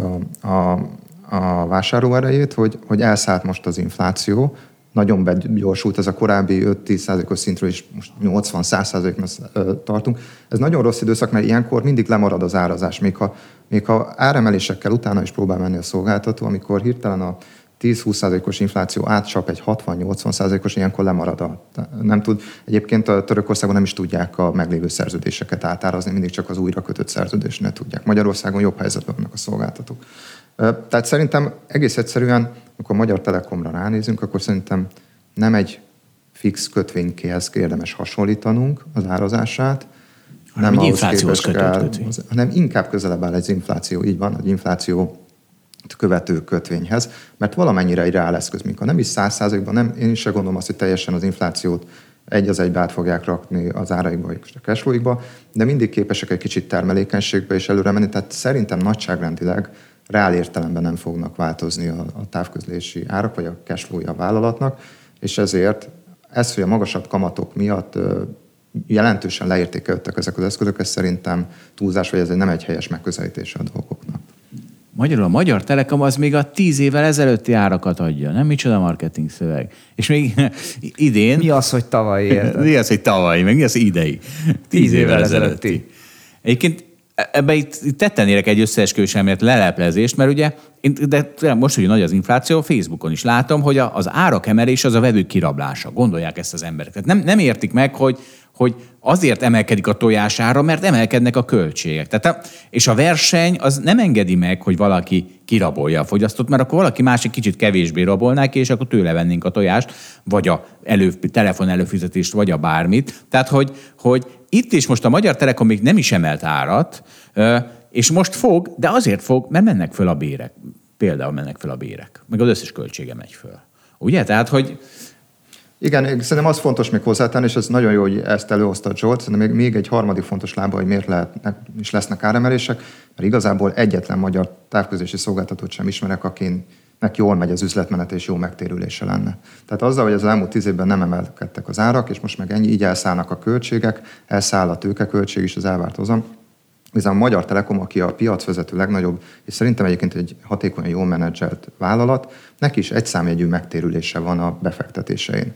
a vásárlóerejét, hogy elszállt most az infláció. Nagyon begyorsult ez a korábbi 5-10%-os szintről, és most 80-100%-nál tartunk. Ez nagyon rossz időszak, mert ilyenkor mindig lemarad az árazás. Még ha áremelésekkel utána is próbál menni a szolgáltató, amikor hirtelen a 10-20%-os infláció átcsap egy 60-80%-os, ilyenkor lemarad. Nem tud. Egyébként a Törökországon nem is tudják a meglévő szerződéseket átárazni, mindig csak az újra kötött szerződésnél tudják. Magyarországon jobb helyzetben vannak a szolgáltatók. Tehát szerintem egész egyszerűen, amikor a Magyar Telekomra ránézünk, akkor szerintem nem egy fix kötvénykéhez érdemes hasonlítanunk az árazását, nem inflációhoz kötött kötvény, hanem inkább közelebb áll egy infláció, így van, egy infláció követő kötvényhez, mert valamennyire egy reáleszköz, mikor nem is 100%-ban, én is se gondolom azt, hogy teljesen az inflációt egy az egybe át fogják rakni az áraikba, vagy a cashflow-ikba, de mindig képesek egy kicsit termelékenységbe is előre menni, tehát szerintem nagyságrendileg reál értelemben nem fognak változni a távközlési árak, vagy a cashflow-ja a vállalatnak, és ezért ez, hogy a magasabb kamatok miatt jelentősen leértékelődtek ezek az eszközök, ez szerintem túlzás, vagy ez nem egy helyes megközelítése a dolgoknak. Magyarul a Magyar Telekom az még a 10 évvel ezelőtti árakat adja, nem? Micsoda marketing szöveg. És még idén... Mi az, hogy tavalyi? Mi az, hogy tavalyi, meg mi az, hogy idei? 10 évvel ezelőtti. Egyébként ebbe itt tetten érek egy összeesküvés elmélet leleplezést, mert ugye, de most, hogy nagy az infláció, Facebookon is látom, hogy az árak emelés az a vevők kirablása. Gondolják ezt az emberek. Tehát nem értik meg, hogy azért emelkedik a tojására, mert emelkednek a költségek. És a verseny az nem engedi meg, hogy valaki kirabolja a fogyasztót, mert akkor valaki másik kicsit kevésbé rabolná ki, és akkor tőle vennénk a tojást, vagy a telefon előfizetést, vagy a bármit. Tehát, hogy itt is most a Magyar Telekom még nem is emelt árat, és most fog, de azért fog, mert mennek föl a bérek. Például mennek föl a bérek. Meg az összes költsége megy föl. Ugye? Tehát, hogy... Igen, szerintem az fontos még hozzátenni, és ez nagyon jó, hogy ezt előhozta Zsolt, szerintem még egy harmadik fontos lába, hogy miért is lesznek áremelések, mert igazából egyetlen magyar távközlési szolgáltatót sem ismerek, akinek jól megy az üzletmenet és jó megtérülése lenne. Tehát azzal, hogy az elmúlt 10 évben nem emelkedtek az árak, és most meg ennyi, így elszállnak a költségek, elszáll a tőkeköltség is, az elvárt hozam. Viszont a Magyar Telekom, aki a piacvezető legnagyobb, és szerintem egyébként egy hatékonyan jól menedzselt vállalat, neki is egy számjegyű megtérülése van a befektetésein.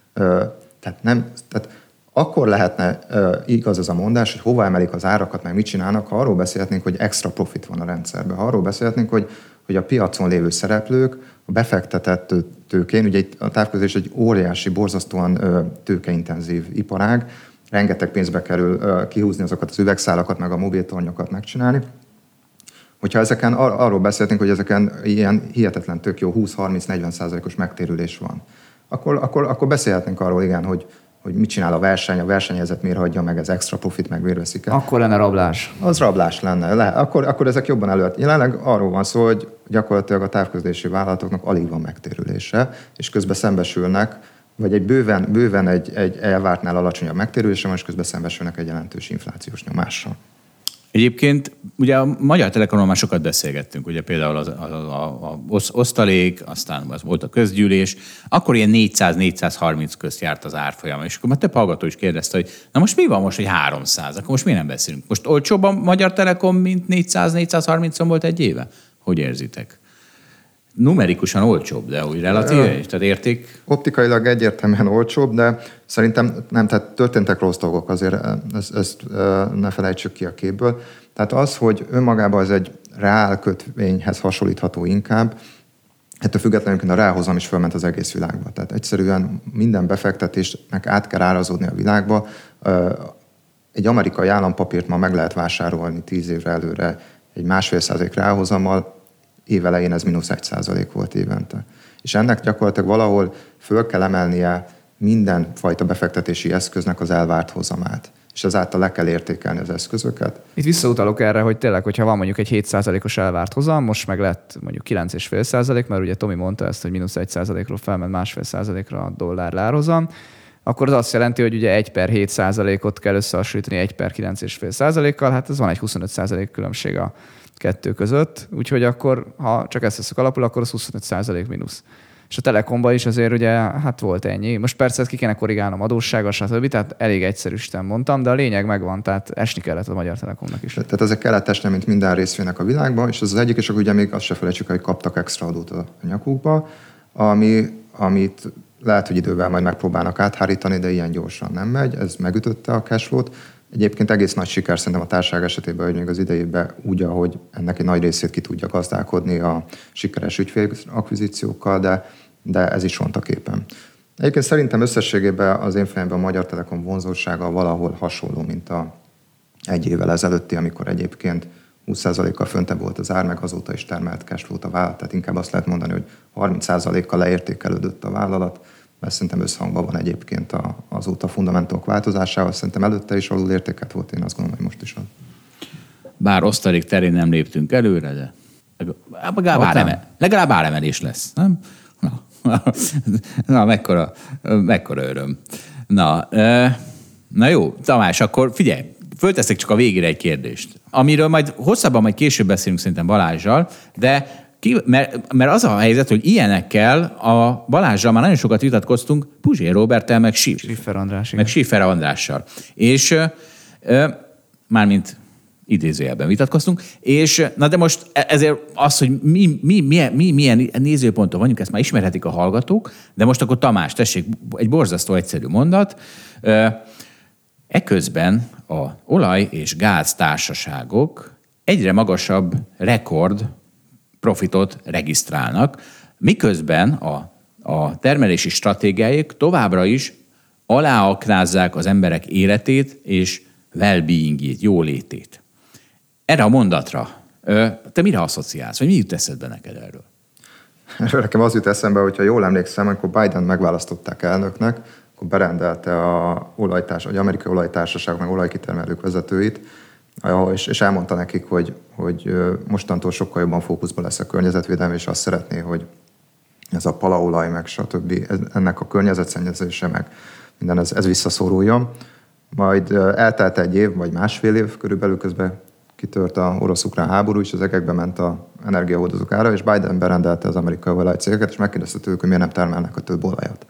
Tehát akkor lehetne igaz az a mondás, hogy hova emelik az árakat, meg mit csinálnak, ha arról beszélhetnénk, hogy extra profit van a rendszerben. Ha arról beszélhetnénk, hogy a piacon lévő szereplők a befektetett tőkén, ugye a távközlés egy óriási, borzasztóan tőkeintenzív iparág, rengeteg pénzbe kerül kihúzni azokat az üvegszálakat, meg a mobiltornyokat megcsinálni. Hogyha ezeken arról beszéltünk, hogy ezeken ilyen hihetetlen tök jó 20-30-40%-os megtérülés van, akkor beszélhetnénk arról, igen, hogy mit csinál a versenyhelyzet miért hagyja meg, ez extra profit, meg miért veszik el. Akkor lenne rablás. Az rablás lenne. Akkor ezek jobban előtt. Jelenleg arról van szó, hogy gyakorlatilag a távközlési vállalatoknak alig van megtérülése, és közben szembesülnek, vagy egy bőven egy elvártnál alacsonyabb megtérülése, most közben szembesülnek egy jelentős inflációs nyomással. Egyébként ugye a Magyar Telekomról már sokat beszélgettünk, ugye például az osztalék, aztán volt a közgyűlés, akkor ilyen 400-430 közt járt az árfolyam, és akkor már több hallgató is kérdezte, hogy na most mi van most, hogy 300, akkor most miért nem beszélünk? Most olcsóbb a Magyar Telekom, mint 400-430-on volt egy éve? Hogy érzitek? Numerikusan olcsóbb, de úgy relatív, tehát érték? Optikailag egyértelműen olcsóbb, de szerintem nem, tehát történtek rossz dolgok, azért ezt ne felejtsük ki a képből. Tehát az, hogy önmagában ez egy reál kötvényhez hasonlítható inkább, ettől függetlenül a reálhozam is fölment az egész világba. Tehát egyszerűen minden befektetésnek át kell árazódni a világba. Egy amerikai állampapírt ma meg lehet vásárolni 10 évre előre egy 1,5% ráhozammal, évelején ez -1% volt évente. És ennek gyakorlatilag valahol föl kell emelnie mindenfajta befektetési eszköznek az elvárt hozamát. És ezáltal le kell értékelni az eszközöket. Itt visszautalok erre, hogy tényleg, hogyha van mondjuk egy 7%-os elvárt hozam, most meg lett mondjuk 9,5%, mert ugye Tomi mondta ezt, hogy -1%-ról felment 1,5%-ra a dollár árhozam, akkor az azt jelenti, hogy ugye 1/7%-ot kell összehasonlítani 1/9,5%-kal, hát ez van egy 25% különbség a kettő között, úgyhogy akkor, ha csak ezt veszük alapul, akkor az 25% mínusz. És a Telekomban is azért ugye, hát volt ennyi. Most persze ezt ki kéne korrigálnom adóssággal, stb. Tehát elég egyszerűsíten mondtam, de a lényeg megvan, tehát esni kellett a Magyar Telekomnak is. Tehát ezek kellett esni, mint minden részvénynek a világban, és ez az egyik, és akkor ugye még azt se felejtsük, hogy kaptak extra adót a nyakukba, amit lehet, hogy idővel majd megpróbálnak áthárítani, de ilyen gyorsan nem megy. Ez megütötte a cashflow-t. Egyébként egész nagy siker szerintem a társaság esetében, hogy még az idejében úgy, ahogy ennek egy nagy részét ki tudja gazdálkodni a sikeres ügyfélakvizíciókkal, de ez is ront a képen. Egyébként szerintem összességében az én fejemben a Magyar Telekom vonzósága valahol hasonló, mint egy évvel ezelőtti, amikor egyébként 20%-kal föntebb volt az ár, meg azóta is termelt cashflow-t a vállalat. Tehát inkább azt lehet mondani, hogy 30%-kal leértékelődött a vállalat, mert szerintem összhangban van egyébként azóta fundamentumok változásával. Szerintem előtte is alul értékelt volt, én azt gondolom, hogy most is van. Bár osztalék terén nem léptünk előre, de legalább áremelés lesz, nem? Na mekkora öröm. Na jó, Tamás, akkor figyelj, fölteszek csak a végére egy kérdést, amiről majd hosszabban majd később beszélünk szerintem Balázssal, de mert az a helyzet, hogy ilyenekkel a Balázssal már nagyon sokat vitatkoztunk, Puzsér Roberttel, meg Schiffer Andrással. És mármint idézőjelben vitatkoztunk, és na de most ezért az, hogy milyen nézőponton vagyunk, ezt már ismerhetik a hallgatók, de most akkor Tamás, tessék, egy borzasztó egyszerű mondat. Eközben a olaj- és gáz társaságok egyre magasabb rekord profitot regisztrálnak, miközben a termelési stratégiáik továbbra is aláaknázzák az emberek életét és well-beingjét, jólétét. Erre a mondatra te mire asszociálsz, vagy mi jut eszedbe neked erről? Erről nekem az jut eszembe, hogyha jól emlékszem, amikor Biden megválasztották elnöknek, akkor berendelte az amerikai olajtársaság, meg olajkitermelők vezetőit, és elmondta nekik, hogy mostantól sokkal jobban fókuszban lesz a környezetvédelem, és azt szeretné, hogy ez a palaolaj, meg stb. Ennek a környezetszennyezése, meg minden ez visszaszoruljon. Majd eltelt egy év, vagy másfél év körülbelül, közben kitört a orosz-ukrán háború, és az egekbe ment az energiahordozók ára, és Biden berendelte az amerikai olajcégeket, és megkérdezte tőlük, hogy miért nem termelnek a több olajat.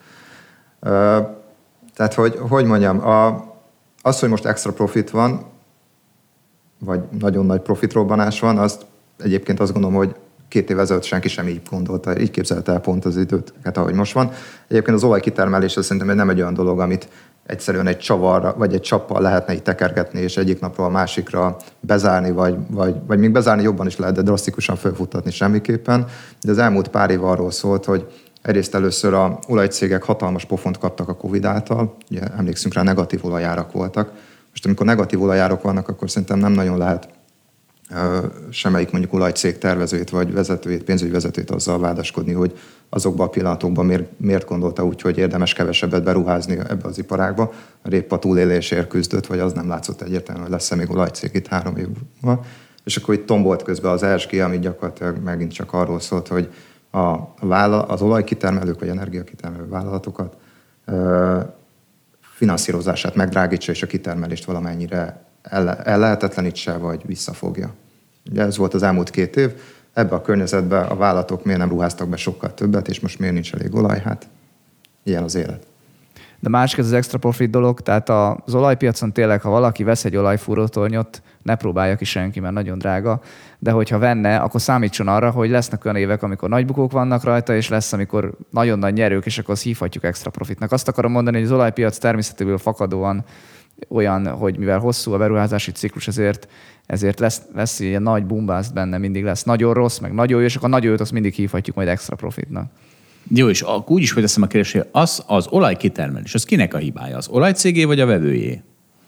Tehát, hogy mondjam, az, hogy most extra profit van, vagy nagyon nagy profitrobbanás van, azt egyébként azt gondolom, hogy 2 év ezelőtt senki sem így gondolta, így képzelte el pont az időt, ahogy most van. Egyébként az olajkitermelés szerintem nem egy olyan dolog, amit egyszerűen egy csavarra, vagy egy csappal lehetne így tekergetni, és egyik napról a másikra bezárni, vagy még bezárni jobban is lehet, de drasztikusan felfuttatni semmiképpen. De az elmúlt pár év arról szólt, hogy egyrészt először az olajcégek hatalmas pofont kaptak a Covid által, ugye emlékszünk rá, negatív olajárak voltak. Most amikor negatív olajárak vannak, akkor szerintem nem nagyon lehet semmelyik mondjuk olajcég tervezőjét vagy vezetőjét, pénzügyi vezetőjét azzal vádaskodni, hogy azokban a pillanatokban miért gondolta úgy, hogy érdemes kevesebbet beruházni ebbe az iparágba, mert épp a túlélésért küzdött, vagy az nem látszott egyértelműen, hogy lesz-e még olajcég itt 3 év múlva. És akkor itt tombolt közben az ESG, ami gyakorlatilag megint csak arról szólt, hogy az olajkitermelők vagy energiakitermelő vállalatokat finanszírozását megdrágítsa, és a kitermelést valamennyire ellehetetlenítse, vagy visszafogja. Ugye ez volt az elmúlt 2 év. Ebben a környezetben a vállalatok miért nem ruháztak be sokkal többet, és most miért nincs elég olaj? Hát ilyen az élet. De másik ez az extra profit dolog, tehát az olajpiacon tényleg, ha valaki vesz egy olajfúrótornyot, ne próbálja ki senki, mert nagyon drága, de hogyha venne, akkor számítson arra, hogy lesznek olyan évek, amikor nagy bukók vannak rajta, és lesz, amikor nagyon nagy nyerők, és akkor azt hívhatjuk extra profitnak. Azt akarom mondani, hogy az olajpiac természetéből fakadóan olyan, hogy mivel hosszú a beruházási ciklus, ezért lesz ilyen nagy bombászt benne, mindig lesz nagyon rossz, meg nagyon jó, és akkor nagyon jót azt mindig hívhatjuk majd extra profitnak. Jó, és úgy is fölteszem a kérdést, hogy az olajkitermelés, az kinek a hibája? Az olajcégé vagy a vevőjé?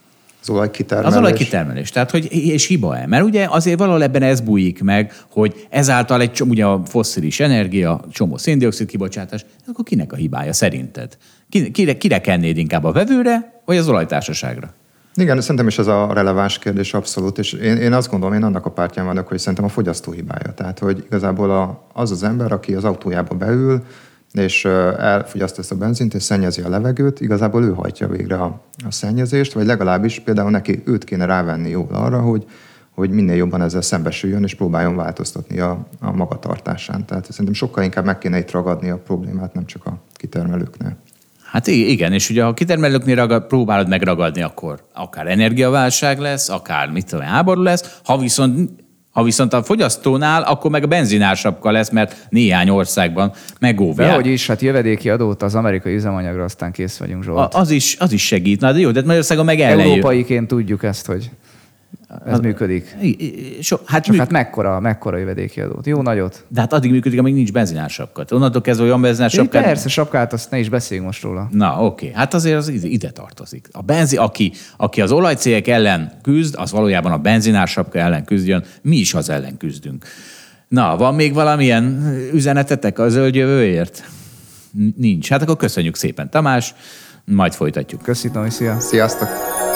Az olajkitermelés. Az olajkitermelés. Tehát, hogy és hiba-e? Mert ugye azért valahol ebben ez bújik meg, hogy ezáltal ugye a fosszilis energia, csomó széndioxid kibocsátás, akkor kinek a hibája szerinted? Kire kennéd inkább, a vevőre, vagy az olajtársaságra? Igen, szerintem is ez a releváns kérdés abszolút, és én azt gondolom, én annak a pártján vannak, hogy szerintem a fogyasztó hibája. Tehát, hogy igazából az ember, aki az autójába beül, és elfogyaszt ezt a benzint, és szennyezi a levegőt, igazából ő hajtja végre a szennyezést, vagy legalábbis például őt kéne rávenni jól arra, hogy minél jobban ezzel szembesüljön, és próbáljon változtatni a magatartásán. Tehát szerintem sokkal inkább meg kéne itt ragadni a problémát, nem csak a kitermelőknél. Hát igen, és ugye ha a kitermelőknél próbálod megragadni, akkor akár energiaválság lesz, akár háború lesz, ha viszont a fogyasztónál, akkor meg a benzinársapka lesz, mert néhány országban megóvják. De hogy is, hát jövedéki adót az amerikai üzemanyagra, aztán kész vagyunk, Zsolt. Az is segít. Na de jó, de Magyarországon meg ellenjön. Európaiként tudjuk ezt, hogy ez működik. Hát mekkora jövedéki adót? Jó nagyot. De hát addig működik, amíg nincs benzinársapka. Onnantól kezdve olyan benzinársapka. Persze, sapkát, azt ne is beszéljünk most róla. Na, oké. Hát azért az ide tartozik. Aki az olajcégek ellen küzd, az valójában a benzinársapka ellen küzdjön. Mi is az ellen küzdünk. Na, van még valamilyen üzenetetek a zöld jövőért? Nincs. Hát akkor köszönjük szépen, Tamás. Majd folytatjuk. Köszönöm, szia. Sziasztok!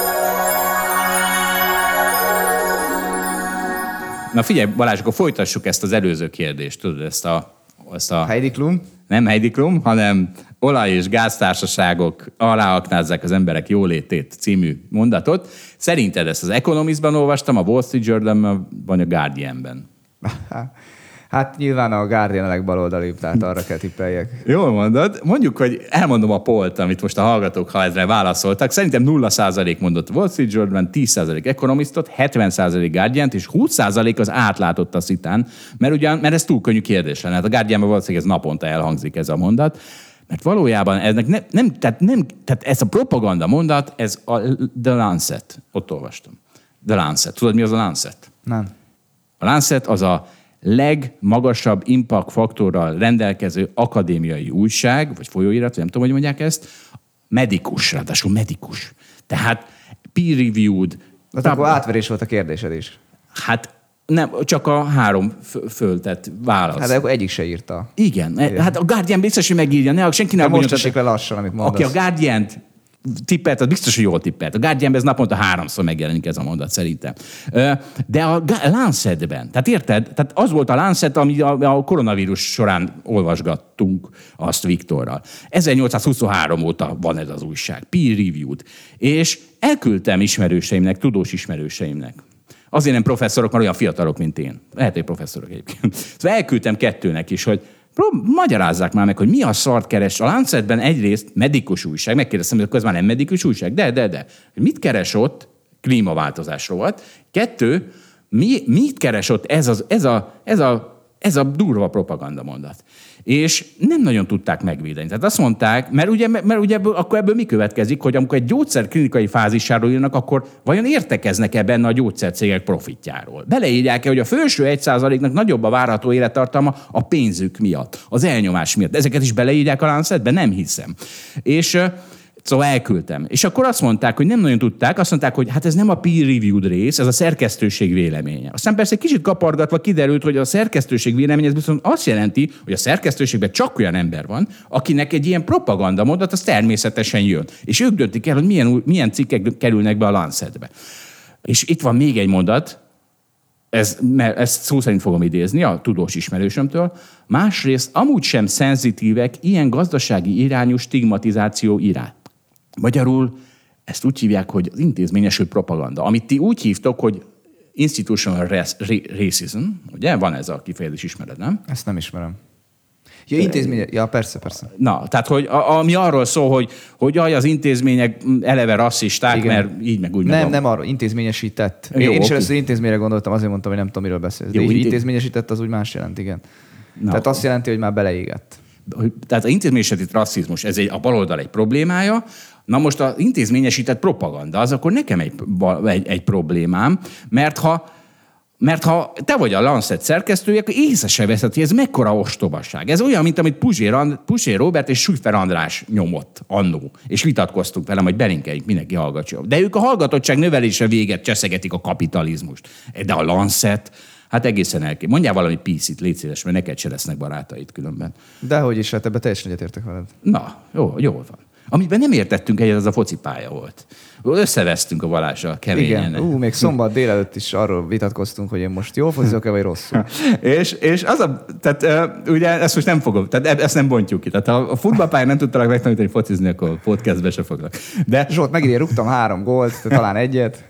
Na figyelj, Balázs, akkor folytassuk ezt az előző kérdést, tudod, ezt a Heidi Klum? Nem Heidi Klum, hanem olaj- és gáztársaságok aláaknázzák az emberek jólétét című mondatot. Szerinted ezt az Economistban olvastam, a Wall Street Journalban, vagy a Guardianben? Hát nyilván a Guardian a legbaloldalibb, tehát arra kell tippeljek. Jól mondod. Mondjuk, hogy elmondom a pollt, amit most a hallgatók, ha ezre válaszoltak. Szerintem 0% mondott Wall Street Journal, 10% Economistot, 70% Guardiant, és 20% az átlátott a szitán, mert ez túl könnyű kérdés lenne. Hát a Guardianban valószínűleg ez naponta elhangzik ez a mondat. Mert valójában ennek tehát ez a propaganda mondat, ez a The Lancet. Ott olvastam. The Lancet. Tudod, mi az a Lancet? Nem. A Lancet az a legmagasabb impact faktorral rendelkező akadémiai újság, vagy folyóirat, nem tudom, hogy mondják ezt, medikus, ráadásul medikus. Tehát peer-reviewed. Akkor átverés volt a kérdésed is. Hát nem, csak a 3 föltett válasz. Hát akkor egyik se írta. Igen. Hát a Guardian biztos, hogy megírja. Ne, senki nem most esik le lassan, amit mondasz. Aki a Guardian-t tippelt, az biztos, hogy jól tippelt. A Guardianben ez naponta 3-szor megjelenik ez a mondat szerintem. De a Lancetben, tehát érted? Tehát az volt a Lancet, ami a koronavírus során olvasgattunk azt Viktorral. 1823 óta van ez az újság, peer-reviewed. És elküldtem ismerőseimnek, tudós ismerőseimnek. Azért nem professzorok, mert olyan fiatalok, mint én. Lehet, hogy professzorok egyébként. Szóval elküldtem 2 is, hogy magyarázzák már meg, hogy mi a szart keres. A Lancetben egyrészt medikus újság, megkérdeztem, hogy ez már nem medikus újság, de. Mit keres ott? Klímaváltozás rovat. 2, mit keres ott ez a durva propaganda mondat? És nem nagyon tudták megvédeni. Tehát azt mondták, mert ugye akkor ebből mi következik, hogy amikor egy gyógyszer klinikai fázisáról írnak, akkor vajon értekeznek-e benne a gyógyszercégek profitjáról? Beleírják-e, hogy a felső 1%-nak nagyobb a várható élettartalma a pénzük miatt, az elnyomás miatt. Ezeket is beleírják a Lancetbe? Nem hiszem. És szóval elküldtem. És akkor azt mondták, hogy nem nagyon tudták, azt mondták, hogy hát ez nem a peer-reviewed rész, ez a szerkesztőség véleménye. Aztán persze egy kicsit kapargatva kiderült, hogy a szerkesztőség véleménye ez viszont azt jelenti, hogy a szerkesztőségben csak olyan ember van, akinek egy ilyen propaganda mondat, az természetesen jön. És ők döntik el, hogy milyen cikkek kerülnek be a Lancetbe. És itt van még egy mondat, ezt szó szerint fogom idézni a tudós ismerősömtől. Másrészt amúgy sem szenzitívek ilyen gazdasági irányú stigmatizáció iránt. Magyarul ezt úgy hívják, hogy az intézményesült propaganda, amit ti úgy hívtok, hogy institutional racism, ugye? Van ez a kifejezés, ismered, nem? Ezt nem ismerem. Ja, intézmények, ja, persze. Na, tehát, hogy ami arról szól, hogy az intézmények eleve rasszisták, igen. Mert így meg úgy meg. Nem arról, intézményesített. Jó, én is először intézményre gondoltam, azért mondtam, hogy nem tudom, miről beszélsz. De intézményesített az úgy más jelent, igen. Na. Tehát azt jelenti, hogy már beleégett. Tehát az intézményesített rasszizmus, ez a baloldal egy problémája. Na most az intézményesített propaganda, az akkor nekem egy problémám, mert ha Mert ha te vagy a Lancet szerkesztője, akkor észre se veszed, hogy ez mekkora ostobaság. Ez olyan, mint amit Puzsér Róbert és Schüffer András nyomott annó. És vitatkoztunk velem, hogy belinkeljük, mindenki hallgatja. De ők a hallgatottság növelése véget cseszegetik a kapitalizmust. De a Lancet, hát egészen elkép. Mondjál valami PC-t, légy szíves, mert neked se lesznek barátaid különben. Dehogy is, hát ebben teljesen egyetértek veled. Na, jól van. Amiben nem értettünk egyet, az a focipálya volt. Összevesztünk a Balással keményen. Igen, még szombat délelőtt is arról vitatkoztunk, hogy én most jól focizok-e, vagy rosszul. és tehát ugye ezt most nem fogom, tehát ezt nem bontjuk ki. Tehát ha a futballpályán nem tudtalak megtanítani focizni, akkor podcastbe se foglak. De Zsolt, megint rúgtam 3 gólt, talán egyet.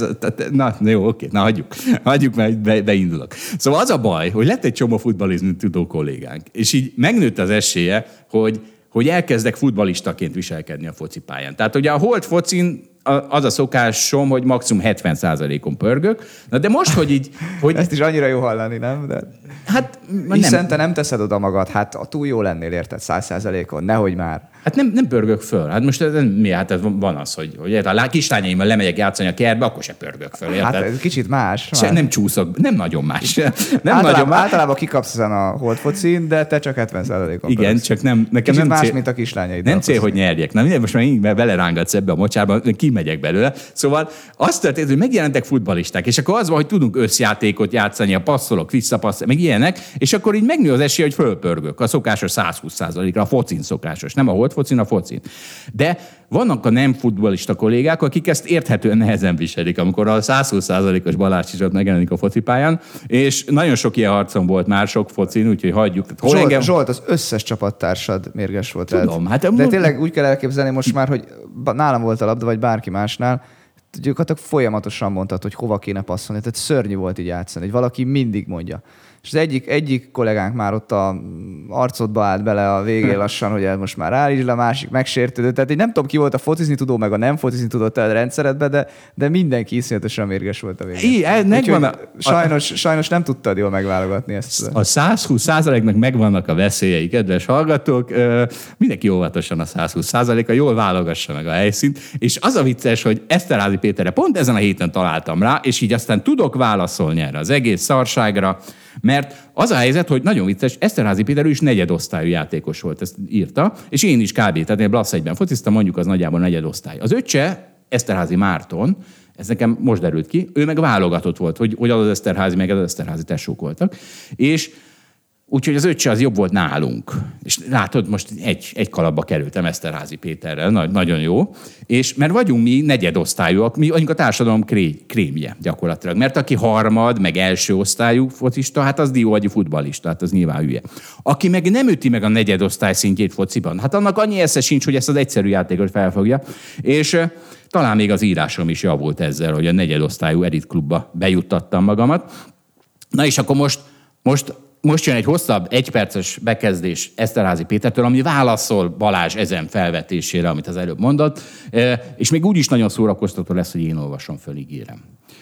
Na jó, oké, na hagyjuk, mert beindulok. Szóval az a baj, hogy lett egy csomó futballizni tudó kollégánk, és így megnőtt az esélye, hogy elkezdek futballistaként viselkedni a focipályán. Tehát ugye a holt focin az a szokásom, hogy maximum 70%-on pörgök. Na de most, hogy Ezt is annyira jó hallani, nem? De... Hát hiszen te nem teszed oda magad, hát túl jó lennél, érted, 100%-on, nehogy már. Hát nem pörgök föl. Hát most mi? Hát van az, hogy a kislányaimmal lemegyek játszani a kertbe, akkor se pörgök föl. Érted? Hát ez kicsit más. Nem csúszok, nem nagyon más. Általában kikapsz ezen a holdfocin, de te csak 70%-on. Igen, pöröksz. csak nekem kicsit nem más, cél, mint a kislányaid. Nem cél, hogy nyerjek. Na most már így belerángatsz ebbe a mocsárba, kimegyek belőle. Szóval azt történt, hogy megjelentek futballisták, és akkor az van, hogy tudunk összjátékot játszani, a passzolok, visszapasszolok, meg ilyenek, és akkor így megnő az esély, hogy fölpörgök. A szokásos 120%-ra, a focin szokásos, nem a holdfocin, a focin. De vannak a nem futballista kollégák, akik ezt érthetően nehezen viselik, amikor a 120%-os Balázs is ott megjelenik a focipályán, és nagyon sok ilyen harcom volt már, sok focin, úgyhogy hagyjuk. Zsolt, az összes csapattársad mérges volt. Tudom, de tényleg úgy kell elképzelni most már, hogy nálam volt a labda, vagy bárki másnál, gyakorlatilag folyamatosan mondtad, hogy hova kéne passzolni. Tehát szörnyű volt így játszani, hogy valaki mindig mondja. És az egyik kollégánk már ott a arcodba állt bele a végén lassan, hogy most már állítsd le, a másik megsértődött. Tehát én nem tudom, ki volt a focizni tudó, meg a nem focizni tudó te a rendszeredbe, de mindenki iszonyatosan mérges volt a végén. Sajnos nem tudtad jól megválogatni ezt. A 120%-nak megvannak a veszélyei, kedves hallgatók. Mindenki óvatosan a 120%-a, jól válogassa meg a helyszínt. És az a vicces, hogy Eszterházy Péterre pont ezen a héten találtam rá, és így aztán tudok válaszolni erre az egész szarságra, mert az a helyzet, hogy nagyon vicces, Eszterházy Péter is negyedosztályú játékos volt, ezt írta, és én is kb. Tehát én Blasz 1-ben fociztam, mondjuk az nagyjából negyedosztály. Az öccse, Eszterházy Márton, ez nekem most derült ki, ő meg válogatott volt, hogy az Eszterházy, meg az Eszterházy tesók voltak, és úgyhogy az öccse az jobb volt nálunk. És látod, most egy kalapba kerültem Eszterházy Péterrel, nagyon jó. És mert vagyunk mi negyedosztályúak, mi vagyunk a társadalom krémje gyakorlatilag. Mert aki harmad, meg első osztályú focista, hát az dióagyi futballista, hát az nyilván hülye. Aki meg nem üti meg a negyedosztály szintjét fociban, hát annak annyi esze sincs, hogy ezt az egyszerű játékot felfogja. És talán még az írásom is javult ezzel, hogy a negyedosztályú elitklubba bejuttattam magamat. Na és akkor most jön egy hosszabb, egyperces bekezdés Eszterházy Pétertől, ami válaszol Balázs ezen felvetésére, amit az előbb mondott, és még úgy is nagyon szórakoztató lesz, hogy én olvasom föl, ígérem.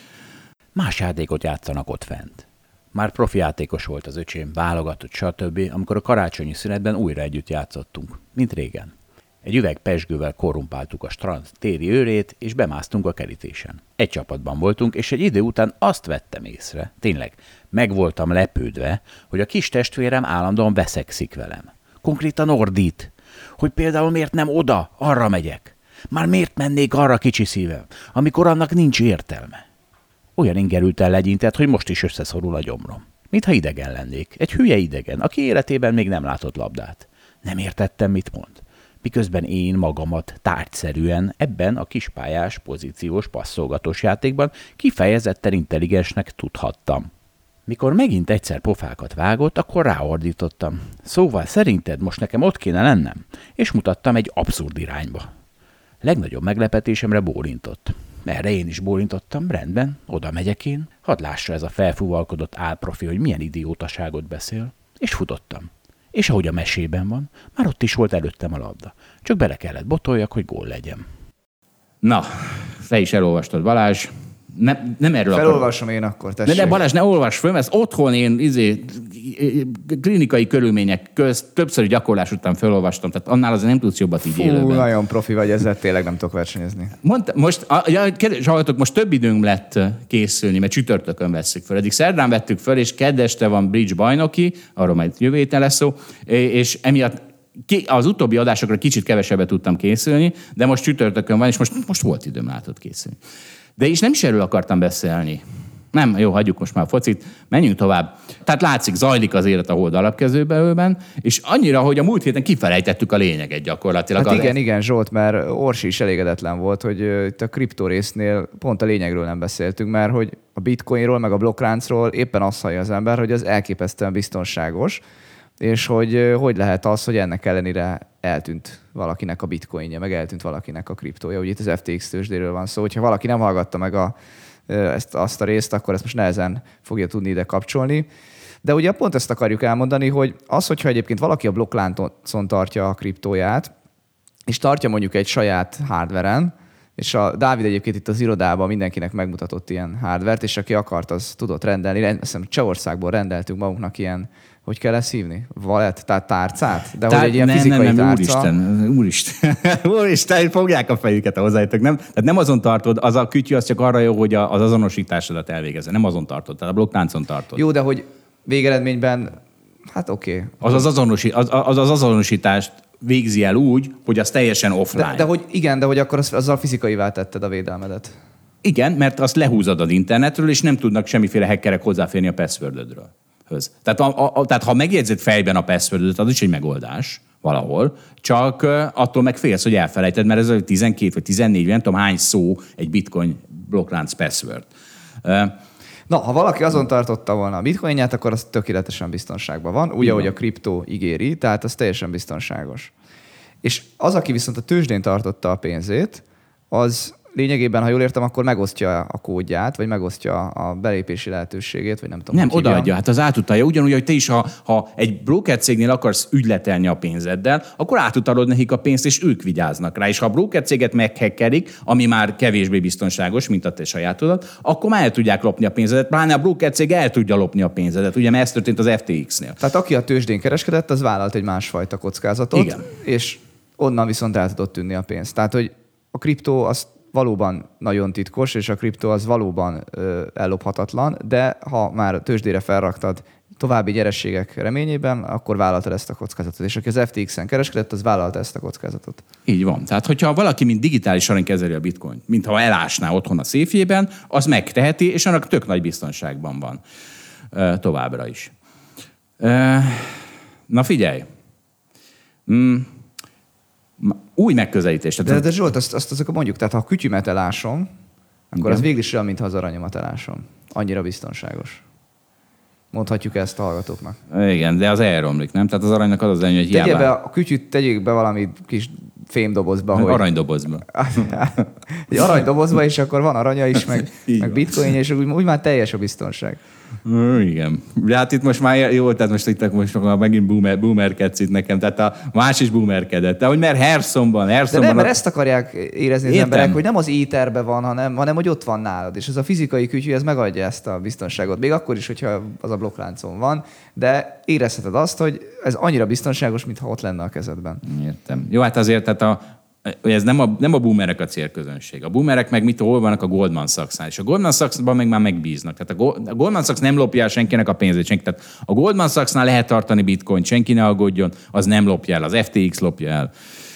Más játékot játszanak ott fent. Már profi játékos volt az öcsém, válogatott, stb., amikor a karácsonyi szünetben újra együtt játszottunk, mint régen. Egy üveg pezsgővel korrumpáltuk a strand téri őrét, és bemásztunk a kerítésen. Egy csapatban voltunk, és egy idő után azt vettem észre, tényleg, meg voltam lepődve, hogy a kis testvérem állandóan veszekszik velem. Konkrétan ordít, hogy például miért nem oda, arra megyek. Már miért mennék arra, kicsi szívem, amikor annak nincs értelme. Olyan ingerülten legyintett, hogy most is összeszorul a gyomrom. Mintha idegen lennék, egy hülye idegen, aki életében még nem látott labdát. Nem értettem, mit mond. Miközben én magamat tárgyszerűen ebben a kispályás, pozíciós, passzolgatós játékban kifejezetten intelligensnek tudhattam. Mikor megint egyszer pofákat vágott, akkor ráordítottam. Szóval szerinted most nekem ott kéne lennem? És mutattam egy abszurd irányba. Legnagyobb meglepetésemre bólintott. Erre én is bólintottam, rendben, oda megyek én. Hadd lássa ez a felfúvalkodott álprofi, hogy milyen idiótaságot beszél. És futottam. És ahogy a mesében van, már ott is volt előttem a labda. Csak bele kellett botoljak, hogy gól legyen. Na, te is elolvastad, Balázs. nem erről Felolvasom én akkor, tessék. De Balázs, ne olvass föl, mert otthon én klinikai körülmények közt többszöri gyakorlás után felolvastam, tehát annál azért nem tudsz jobbat így élőben. Nagyon profi vagy, ezzel tényleg nem tudok versenyezni. Kedves hallgatók, most több időnk lett készülni, mert csütörtökön vesszük föl. Eddig szerdán vettük föl, és kedd este van bridge bajnoki, arról majd jövő héten lesz szó, és emiatt az utóbbi adásokra kicsit kevesebbet tudtam készülni, de most csütörtökön van, és most volt időm, látod, készülni. De és nem is erről akartam beszélni. Nem, jó, hagyjuk most már a focit, menjünk tovább. Tehát látszik, zajlik az élet a Hold alapkezőben, és annyira, hogy a múlt héten kifelejtettük a lényeget gyakorlatilag. Hát igen, Zsolt, mert Orsi is elégedetlen volt, hogy itt a kriptó résznél pont a lényegről nem beszéltünk, mert hogy a bitcoinról, meg a blokkláncról éppen azt hallja az ember, hogy az elképesztően biztonságos, és hogy lehet az, hogy ennek ellenére eltűnt valakinek a bitcoinja, meg eltűnt valakinek a kriptója. Ugye itt az FTX tőzsdéről van szó, hogyha valaki nem hallgatta meg azt a részt, akkor ezt most nehezen fogja tudni ide kapcsolni. De ugye pont ezt akarjuk elmondani, hogy az, hogyha egyébként valaki a blokkláncon tartja a kriptóját, és tartja mondjuk egy saját hardveren, és a Dávid egyébként itt az irodában mindenkinek megmutatott ilyen hardvert, és aki akart, az tudott rendelni. Azt hiszem Csehországból rendeltünk magunknak ilyen, hogy kell ezt hívni? Wallet, tehát tárcát? De hogy egy ilyen fizikai tárca. Úristen, fogják a fejüket a hozzájöttök. Tehát nem azon tartod, az a kütyű az csak arra jó, hogy az azonosításodat elvégezze. Nem azon tartod, tehát a blokkláncon tartod. Jó, de hogy végeredményben, hát oké. Az azonosítást végzi el úgy, hogy az teljesen offline. De hogy akkor azzal fizikaivá tetted a védelmedet. Igen, mert azt lehúzod az internetről, és nem tudnak semmiféle hackerek hozzáférni a passwordödről. Tehát ha megjegyzed fejben a passwordödet, az is egy megoldás valahol, csak attól meg félsz, hogy elfelejted, mert ez a 12 vagy 14, nem tudom hány szó egy bitcoin blokklánc password. Na, ha valaki azon tartotta volna a bitcoinját, akkor az tökéletesen biztonságban van, úgy, ahogy a kriptó ígéri, tehát az teljesen biztonságos. És az, aki viszont a tőzsdén tartotta a pénzét, az lényegében, ha jól értem, akkor megosztja a kódját, vagy megosztja a belépési lehetőségét, vagy nem tudom. Nem, odaadja, hát az átutalja. Ugyanúgy, hogy te is, ha egy broker cégnél akarsz ügyletelni a pénzeddel, akkor átutalod nekik a pénzt, és ők vigyáznak rá. És ha a broker céget meghekkerik, ami már kevésbé biztonságos, mint a te sajátodat, akkor már el tudják lopni a pénzedet. Pláne a broker cég el tudja lopni a pénzedet. Ugye, mert ez történt az FTX-nél. Tehát aki a tőzsdén kereskedett, az vállalt egy másfajta kockázatot, igen. És onnan viszont el tudott tűnni a pénz. Tehát, hogy a kriptó az valóban nagyon titkos, és a kriptó az valóban ellophatatlan, de ha már tőzsdére felraktad további nyerességek reményében, akkor vállaltad ezt a kockázatot. És aki az FTX-en kereskedett, az vállalta ezt a kockázatot. Így van. Tehát, hogyha valaki mint digitális arany kezeli a bitcoint, mintha elásná otthon a széfjében, az megteheti, és annak tök nagy biztonságban van továbbra is. Na figyelj! Új megközelítés. De Zsolt, azt mondjuk, tehát ha a kütyümet elásom, akkor az végül is olyan, mintha az aranyomat elásom. Annyira biztonságos. Mondhatjuk ezt a hallgatóknak. Igen, de az elromlik, nem? Tehát az aranynak az előnye, hogy hiába... A kütyüt tegyék be valami kis fémdobozba. Aranydobozba. Egy aranydobozba, és akkor van aranya is, meg bitcoin, és úgy már teljes a biztonság. Igen. De hát itt most már jó, tehát most megint boomerkedsz itt nekem, tehát a más is boomerkedett. De hogy mert Hersonban... De nem, mert ezt akarják érezni az emberek, hogy nem az éterben van, hanem hogy ott van nálad. És ez a fizikai kütyű, ez megadja ezt a biztonságot. Még akkor is, hogyha az a blokkláncon van, de érezheted azt, hogy ez annyira biztonságos, mintha ott lenne a kezedben. Értem. Jó, hát azért, tehát ez nem a boomerek a célközönség. A boomerek meg hol vannak a Goldman Sachsnál. És a Goldman Sachsban meg már megbíznak. Tehát a Goldman Sachs nem lopja el senkinek a pénzét. Tehát a Goldman Sachsnál lehet tartani bitcoint, senki ne aggódjon, az nem lopja el, az FTX lopja el.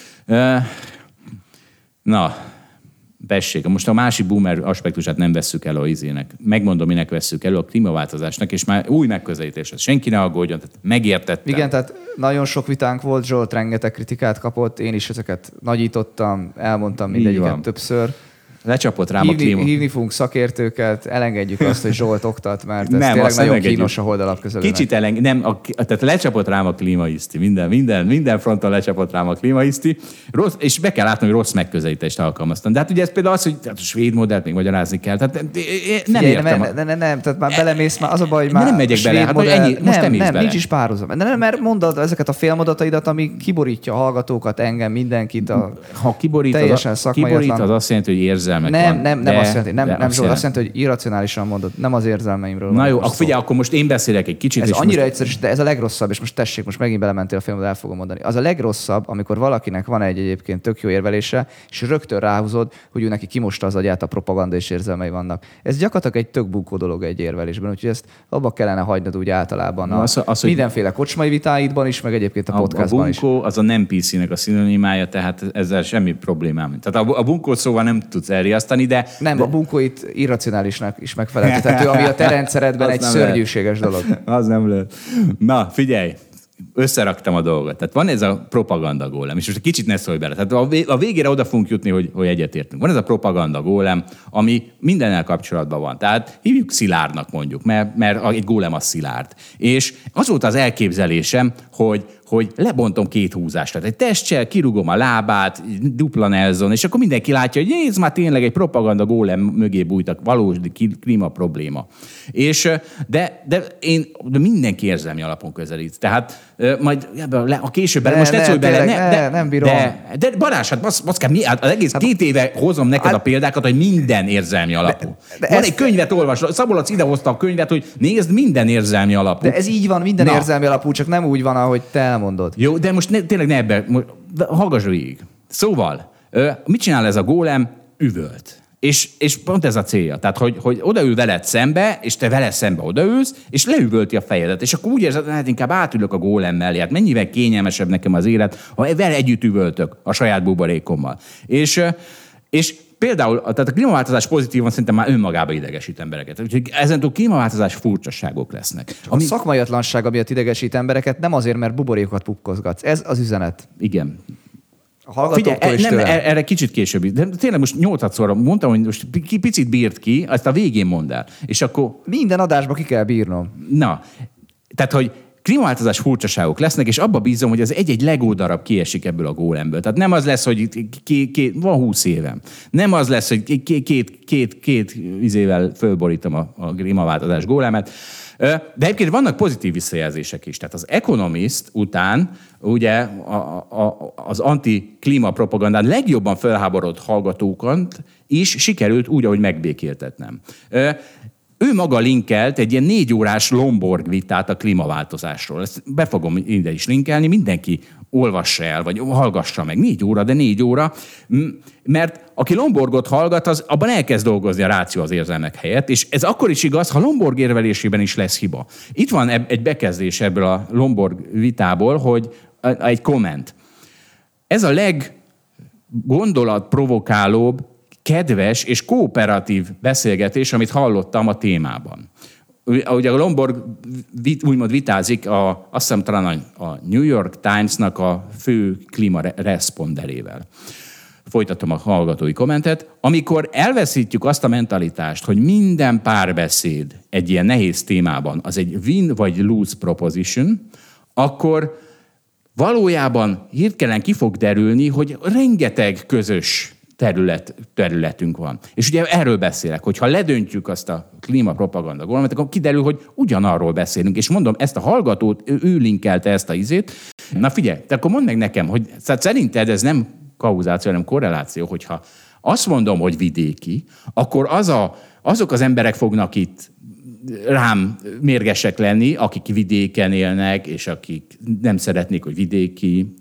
Na, bessék. Most a másik boomer aspektusát nem vesszük elő a izének. Megmondom, minek vesszük elő a klímaváltozásnak, és már új megközelítés. Senki ne aggódjon, tehát megértettem. Igen, tehát nagyon sok vitánk volt, Zsolt rengeteg kritikát kapott, én is ezeket nagyítottam, elmondtam mindegyiket többször. Lecsapott rám a klíma. Hívni fogunk szakértőket, elengedjük azt, hogy Zsolt oktat, mert ez tényleg nagyon kínos a Hold alapközelőnek. Kicsit tehát lecsapott rám a klímaiszti. Minden fronton lecsapott rám a klímaiszti. És be kell látnom, hogy rossz megközelítést alkalmaztam. De hát ugye ez például az, hogy a svéd modellt még magyarázni kell. Tehát nem értem. Nem, tehát már belemész, már az a baj, hogy már nem megyek bele, hát ennyi, most nem bele. Nincs is párhuzam. Nem, mert mondod ezeket a félmondataidat, ami kiborítja a hallgatókat, engem, mindenkit, ha kiborít, teljesen szakmaiatlan. Kiborít, az azt jelenti, hogy érzelmek nem, van. nem azt jelenti, nem Zsolt, azt jelenti, hogy irracionálisan mondod, nem az érzelmeimről. Na jó, akkor figyelj, akkor most én beszélek egy kicsit. Ez annyira egyszerű, de ez a legrosszabb, és most tessék, most megint belementél a filmbe, el fogom mondani. Az a legrosszabb, amikor valakinek van egy egyébként tök jó érvelése, és rögtön ráhúzod, hogy ő neki kimosta az agyát, a propaganda és érzelmei vannak. Ez gyakorlatilag egy tök bunkó dolog egy érvelésben, úgyhogy ezt abba kellene hagynod úgy általában mindenféle kocsmai vitáidban is, meg egyébként a podcastban is. A bunkó az a nem PC-nek a szinonimája, tehát ezzel semmi problémám. Tehát a bunkót szóval nem tudsz elriasztani, de... Nem, a bunkó itt irracionálisnak is megfeleltethető, ami a te rendszeredben egy szörnyűséges dolog. Az nem lehet. Na, figyelj! Összeraktam a dolgot. Tehát van ez a propaganda gólem, és most egy kicsit ne szólj bele. Tehát a végére oda fogunk jutni, hogy egyetértünk. Van ez a propaganda gólem, ami mindennel kapcsolatban van. Tehát hívjuk Szilárdnak mondjuk, mert egy gólem az szilárd. És az volt az elképzelésem, hogy lebontom 2 húzást. Tehát egy testsel kirúgom a lábát, dupla Nelson, és akkor mindenki látja, hogy ez már tényleg egy propaganda gólem mögé bújtak, valódi klíma probléma. De mindenki érzelmi alapon közelít. Tehát majd a később, most ne szólj bele. Nem bírom. De Balázs, hát baszkám, az egész 2 éve hozom neked a példákat, hogy minden érzelmi alapú. Van egy könyvet olvas, Szabolcs idehozta a könyvet, hogy nézd, minden érzelmi alapú. De ez így van, minden érzelmi alapú, csak nem úgy van, ahogy te elmondod. Jó, de most tényleg ne ebbe, hallgass végig. Szóval, mit csinál ez a gólem? Üvölt. És pont ez a célja. Tehát, hogy odaül veled szembe, és te vele szembe odaülsz, és leüvölti a fejedet. És akkor úgy érzed, hát inkább átülök a gólem mellé. Hát mennyivel kényelmesebb nekem az élet, ha vele együtt üvöltök a saját buborékommal. És például, tehát a klímaváltozás pozitívan szerintem már önmagában idegesít embereket. Úgyhogy ezentúl klímaváltozás furcsaságok lesznek. A szakmaiatlanság miatt idegesít embereket, nem azért, mert buborékokat pukkozgatsz. Ez az üzenet. Igen. Figyelj, nem, erre kicsit később. De tényleg most 8-szor mondtam, hogy most picit bírt ki, azt a végén mondd el. És akkor... Minden adásba ki kell bírnom. Na, tehát, hogy klímaváltozás furcsaságok lesznek, és abba bízom, hogy az egy Lego darab kiesik ebből a gólemből. Tehát nem az lesz, hogy van 20 évem. Nem az lesz, hogy két izével fölborítom a klímaváltozás gólemet. De egyébként vannak pozitív visszajelzések is. Tehát az Economist után ugye az anti-klímapropagandán legjobban felháborodott hallgatókat is sikerült úgy, ahogy megbékéltetnem. Ő maga linkelt egy ilyen 4 órás Lomborg vitát a klímaváltozásról. Ezt be fogom ide is linkelni, mindenki olvassa el, vagy hallgassa meg. 4 óra, de 4 óra. Mert aki Lomborgot hallgat, az abban elkezd dolgozni a ráció az érzelmek helyett, és ez akkor is igaz, ha Lomborg érvelésében is lesz hiba. Itt van egy bekezdés ebből a Lomborg vitából, hogy egy komment. Ez a leggondolatprovokálóbb, kedves és kooperatív beszélgetés, amit hallottam a témában. Ugye a Lomborg úgymond vitázik, azt hiszem talán a New York Times-nak a fő klímaresponderével. Folytatom a hallgatói kommentet. Amikor elveszítjük azt a mentalitást, hogy minden párbeszéd egy ilyen nehéz témában az egy win vagy lose proposition, akkor valójában hirtelen ki fog derülni, hogy rengeteg közös területünk van. És ugye erről beszélek, hogy ha ledöntjük azt a klímapropaganda gólemet, akkor kiderül, hogy ugyanarról beszélünk. És mondom, ezt a hallgatót, ő linkelte ezt a izét. Na figyelj, te akkor mondd meg nekem, hogy szerinted ez nem kauzáció, hanem korreláció, hogyha azt mondom, hogy vidéki, akkor azok az emberek fognak itt rám mérgesek lenni, akik vidéken élnek, és akik nem szeretnék, hogy vidéki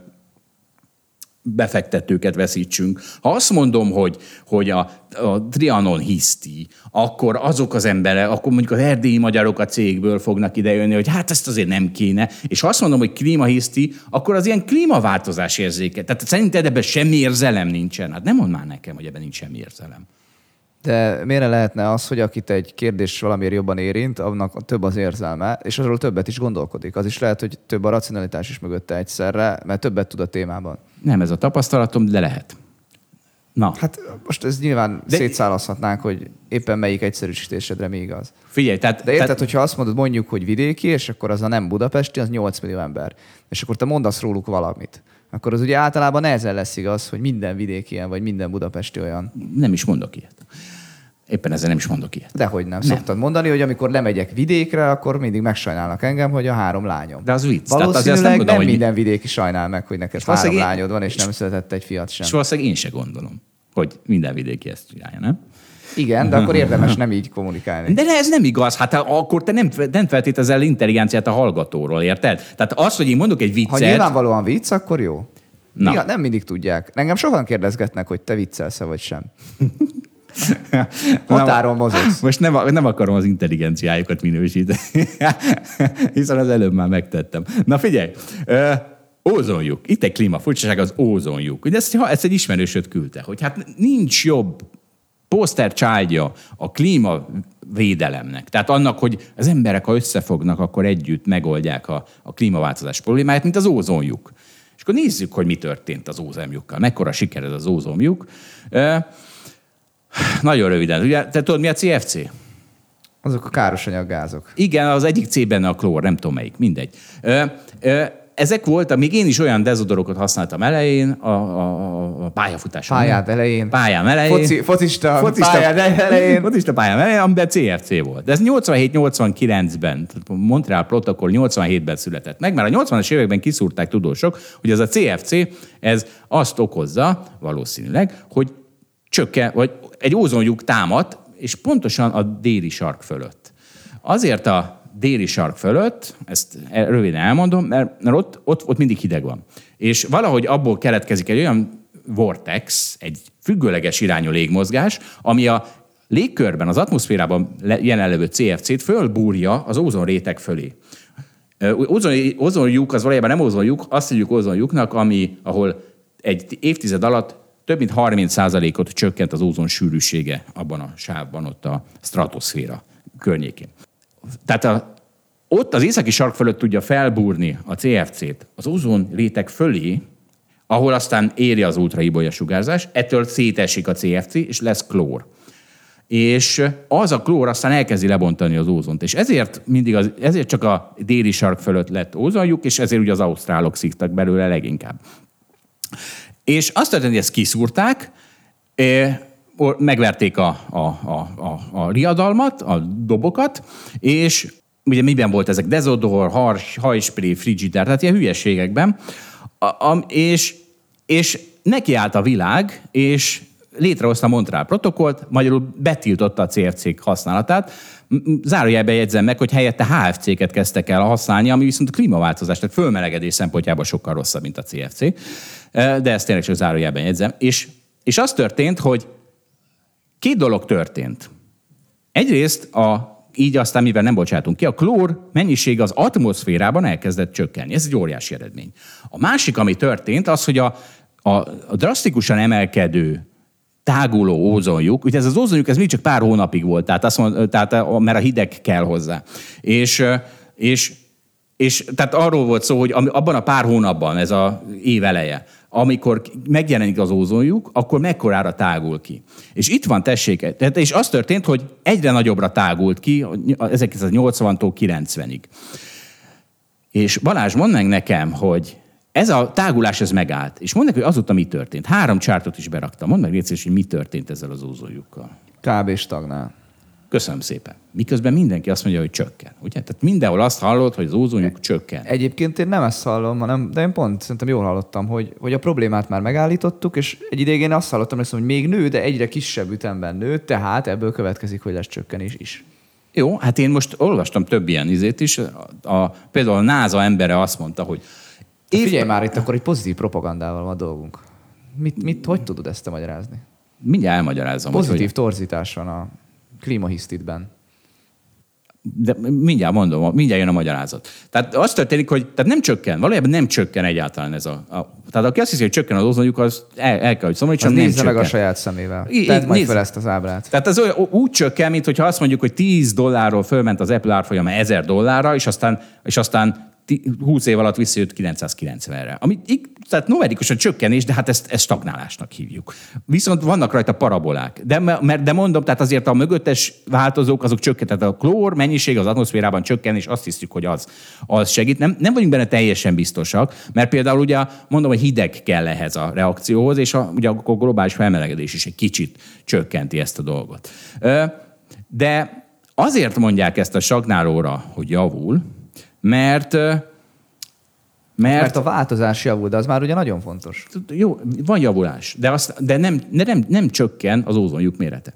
befektetőket veszítsünk. Ha azt mondom, hogy a Trianon hiszti, akkor azok az emberek, akkor mondjuk az erdélyi magyarok a cégből fognak idejönni, hogy hát ezt azért nem kéne. És ha azt mondom, hogy klímahiszti, akkor az ilyen klímaváltozás érzéke. Tehát szerinted ebben semmi érzelem nincsen? Hát nem mondd már nekem, hogy ebben nincs semmi érzelem. De miért lehetne az, hogy akit egy kérdés valamiért jobban érint, annak több az érzelme, és arról többet is gondolkodik. Az is lehet, hogy több a racionalitás is mögötte egyszerre, mert többet tud a témában. Nem ez a tapasztalatom, de lehet. Na. Hát most ez nyilván szétszállazhatnánk, hogy éppen melyik egyszerűsítésedre mi igaz. Figyelj, de érted, hogyha azt mondod mondjuk, hogy vidéki, és akkor az a nem budapesti, az 8 millió ember. És akkor te mondasz róluk valamit. Akkor az ugye általában nehezen lesz igaz, hogy minden vidéki ilyen, vagy minden budapesti olyan. Nem is mondok ilyet. Éppen ezzel nem is mondok ilyet. Dehogy nem. Szoktad mondani, hogy amikor lemegyek vidékre, akkor mindig megsajnálnak engem, hogy a 3 lányom. De az vicc. Valószínűleg nem minden vidéki sajnál meg, hogy neked 3 lányod van, és nem született egy fiat sem. És valószínűleg én se gondolom. hogy minden vidéki ezt csinálja, nem? Igen, de akkor érdemes nem így kommunikálni. De ez nem igaz, hát akkor te nem feltételezel intelligenciát a hallgatóról, érted? Tehát az, hogy én mondok egy viccet... Ha nyilvánvalóan vicc, akkor jó. Na. Ja, nem mindig tudják. Engem sokan kérdezgetnek, hogy te viccelsz-e vagy sem. Határon mozogsz. Most nem akarom az intelligenciájukat minősíteni, hiszen az előbb már megtettem. Na figyelj, ózonlyuk. Itt egy klímafurcsaság, az ózonlyuk. Ugye ezt egy ismerősöd küldte, hogy hát nincs jobb posztercsáldja a klímavédelemnek. Tehát annak, hogy az emberek, ha összefognak, akkor együtt megoldják a klímaváltozás problémáját, mint az ózonlyuk. És akkor nézzük, hogy mi történt az ózonlyukkal. Mekkora siker ez az ózonlyuk. Nagyon röviden. Ugye, te tudod, mi a CFC? Azok a károsanyaggázok. Igen, az egyik C benne a klór, nem tudom melyik, mindegy. Ezek voltak, még én is olyan dezodorokat használtam elején, a pályafutáson. Pályám elején. Focista pályán elején. Focista pályám elején, amiben CFC volt. De ez 87-89-ben, Montreal protokoll 87-ben született meg, mert a 80-as években kiszúrták tudósok, hogy ez a CFC, ez azt okozza valószínűleg, hogy csökken, vagy egy ózonlyuk támad, és pontosan a déli sark fölött. Azért a déli sark fölött, ezt röviden elmondom, mert ott mindig hideg van. És valahogy abból keletkezik egy olyan vortex, egy függőleges irányú légmozgás, ami a légkörben, az atmoszférában jelenlevő CFC-t fölbúrja az ózonréteg fölé. Ózonlyuk az valójában nem ózonlyuk, azt hívjuk ózonlyuknak, ahol egy évtized alatt több mint 30%-ot csökkent az ózon sűrűsége abban a sávban, ott a stratoszféra környékén. Tehát ott az északi sark fölött tudja felbúrni a CFC-t az ózon réteg fölé, ahol aztán éri az ultraibolya sugárzás, ettől szétesik a CFC, és lesz klór. És az a klór aztán elkezdi lebontani az ózont. És ezért csak a déli sark fölött lett ózonlyuk, és ezért ugye az ausztrálok szívtak belőle leginkább. És azt történt, hogy ezt kiszúrták, megverték a riadalmat, a dobokat, és ugye miben volt ezek? Dezodor, hajspré, frigider, tehát ilyen hülyeségekben. És nekiállt a világ, és létrehozta a Montreal protokollt, magyarul betiltotta a CFC-k használatát. Zárójelben jegyzem meg, hogy helyette HFC-ket kezdtek el használni, ami viszont a klímaváltozás, tehát fölmelegedés szempontjából sokkal rosszabb, mint a CFC. De ezt tényleg csak zárójelben jegyzem. És az történt, hogy két dolog történt. Egyrészt így aztán, mivel nem bocsátunk ki, a klór mennyisége az atmoszférában elkezdett csökkenni. Ez egy óriási eredmény. A másik, ami történt, az, hogy a drasztikusan emelkedő táguló ózonlyuk, ugye ez az ózonlyuk, ez még csak pár hónapig volt, tehát mert a hideg kell hozzá. És tehát arról volt szó, hogy abban a pár hónapban, ez az év eleje, amikor megjelenik az ózonlyuk, akkor mekkorára tágul ki. És itt van, tessék, és az történt, hogy egyre nagyobbra tágult ki 1980-tól 90-ig. És Balázs, mondd meg nekem, hogy ez a tágulás, ez megállt. És mondd meg, hogy azóta mi történt. 3 csártot is beraktam. Mondd meg, légy szíves, hogy mi történt ezzel az ózonlyukkal. Kb. Stagnál. Köszönöm szépen. Miközben mindenki azt mondja, hogy csökken. Ugye? Tehát mindenhol azt hallod, hogy az ózonlyuk csökken. Egyébként én nem ezt hallom, de én pont szerintem jól hallottam, hogy a problémát már megállítottuk, és egy ideig én azt hallottam, hogy még nő, de egyre kisebb ütemben nő, tehát ebből következik, hogy lesz csökkenés is. Jó, hát én most olvastam több ilyen izét is. Például a NASA embere azt mondta, hogy... Figyelj már, itt akkor egy pozitív propagandával van a dolgunk. Hogy tudod ezt te magyarázni? Mindjárt elmagyarázom. Pozitív torzítás van a klímahisztitben. De mindjárt mondom, mindjárt jön a magyarázat. Tehát az történik, hogy nem csökken, valójában nem csökken egyáltalán ez tehát aki azt hiszi, hogy csökken az ózonlyuk, az el kell, hogy szomorítson, nem csökken. Nézze meg a saját szemével. Tedd majd fel ezt az ábrát. Tehát ez úgy csökken, mintha azt mondjuk, hogy $10 fölment az Apple árfolyama $1000, és aztán 20 év alatt visszajött 990-re. Tehát numerikusan csökkenés, de hát ezt stagnálásnak hívjuk. Viszont vannak rajta parabolák. De mondom, tehát azért a mögöttes változók, azok csökken. Tehát a klór mennyiség az atmoszférában csökken, és azt hiszük, hogy az segít. Nem vagyunk benne teljesen biztosak, mert például ugye mondom, hogy hideg kell ehhez a reakcióhoz, és ugye a globális felmelegedés is egy kicsit csökkenti ezt a dolgot. De azért mondják ezt a stagnálóra, hogy javul, mert Mert a változás javul, de az már ugye nagyon fontos. Jó, van javulás, de nem csökken az ózonlyuk mérete.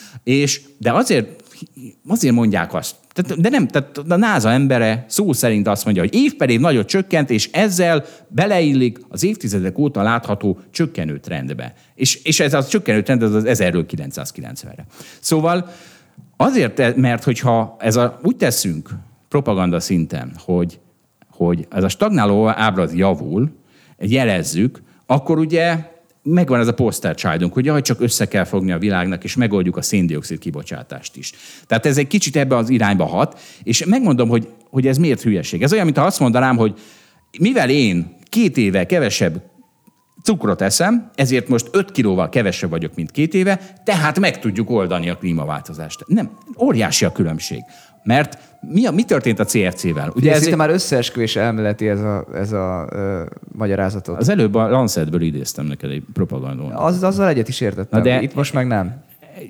De azért mondják azt, tehát a NASA embere szó szerint azt mondja, hogy év per év nagyot csökkent, és ezzel beleillik az évtizedek óta látható csökkenő trendbe. És ez a csökkenő trend az 1000-ről 990-re. Szóval azért, mert hogyha úgy teszünk propaganda szinten, hogy ez a stagnáló ábra javul, jelezzük, akkor ugye megvan ez a poster childunk, hogy jaj, csak össze kell fogni a világnak, és megoldjuk a szén-dioxid kibocsátást is. Tehát ez egy kicsit ebbe az irányba hat, és megmondom, hogy ez miért hülyeség. Ez olyan, mintha azt mondanám, hogy mivel én 2 éve kevesebb cukrot eszem, ezért most 5 kilóval kevesebb vagyok, mint 2 éve, tehát meg tudjuk oldani a klímaváltozást. Nem, óriási a különbség. Mert mi történt a CFC-vel? Ugye ez már összeesküvés elméleti ez a magyarázatot. Az előbb a Lancetből idéztem neked egy propagandón. Azzal egyet is értettem. De itt most meg nem.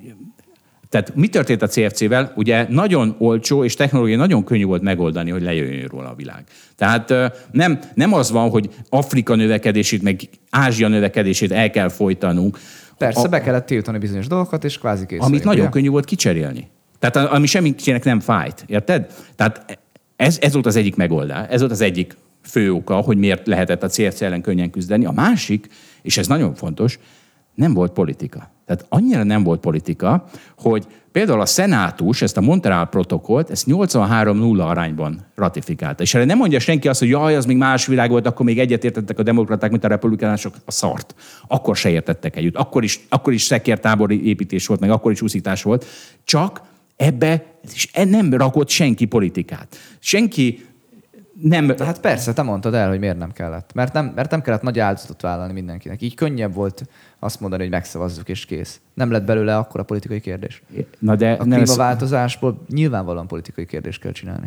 Tehát mi történt a CFC-vel? Ugye nagyon olcsó és technológiai nagyon könnyű volt megoldani, hogy lejöjjön róla a világ. Tehát nem az van, hogy Afrika növekedését, meg Ázsia növekedését el kell folytanunk. Persze, be kellett tiltani bizonyos dolgokat, és kvázi kész. Amit nagyon könnyű volt kicserélni. Tehát ami semmikinek nem fájt, érted? Tehát ez volt az egyik megoldás, ez volt az egyik fő oka, hogy miért lehetett a CFC ellen könnyen küzdeni. A másik, és ez nagyon fontos, nem volt politika. Tehát annyira nem volt politika, hogy például a szenátus ezt a Montreal protokollt, ezt 83-0 arányban ratifikálta. És erre nem mondja senki azt, hogy jaj, az még más világ volt, akkor még egyetértettek a demokraták, mint a republikánusok, a szart. Akkor se értettek együtt. Akkor is szekértábori építés volt, meg akkor is úszítás volt. Csak ebbe nem rakott senki politikát. Senki nem... Hát persze, te mondtad el, hogy miért nem kellett. Mert nem kellett nagy áldozatot vállalni mindenkinek. Így könnyebb volt azt mondani, hogy megszavazzuk és kész. Nem lett belőle akkora politikai kérdés. Na de a klímaváltozásból nyilvánvalóan politikai kérdést kell csinálni.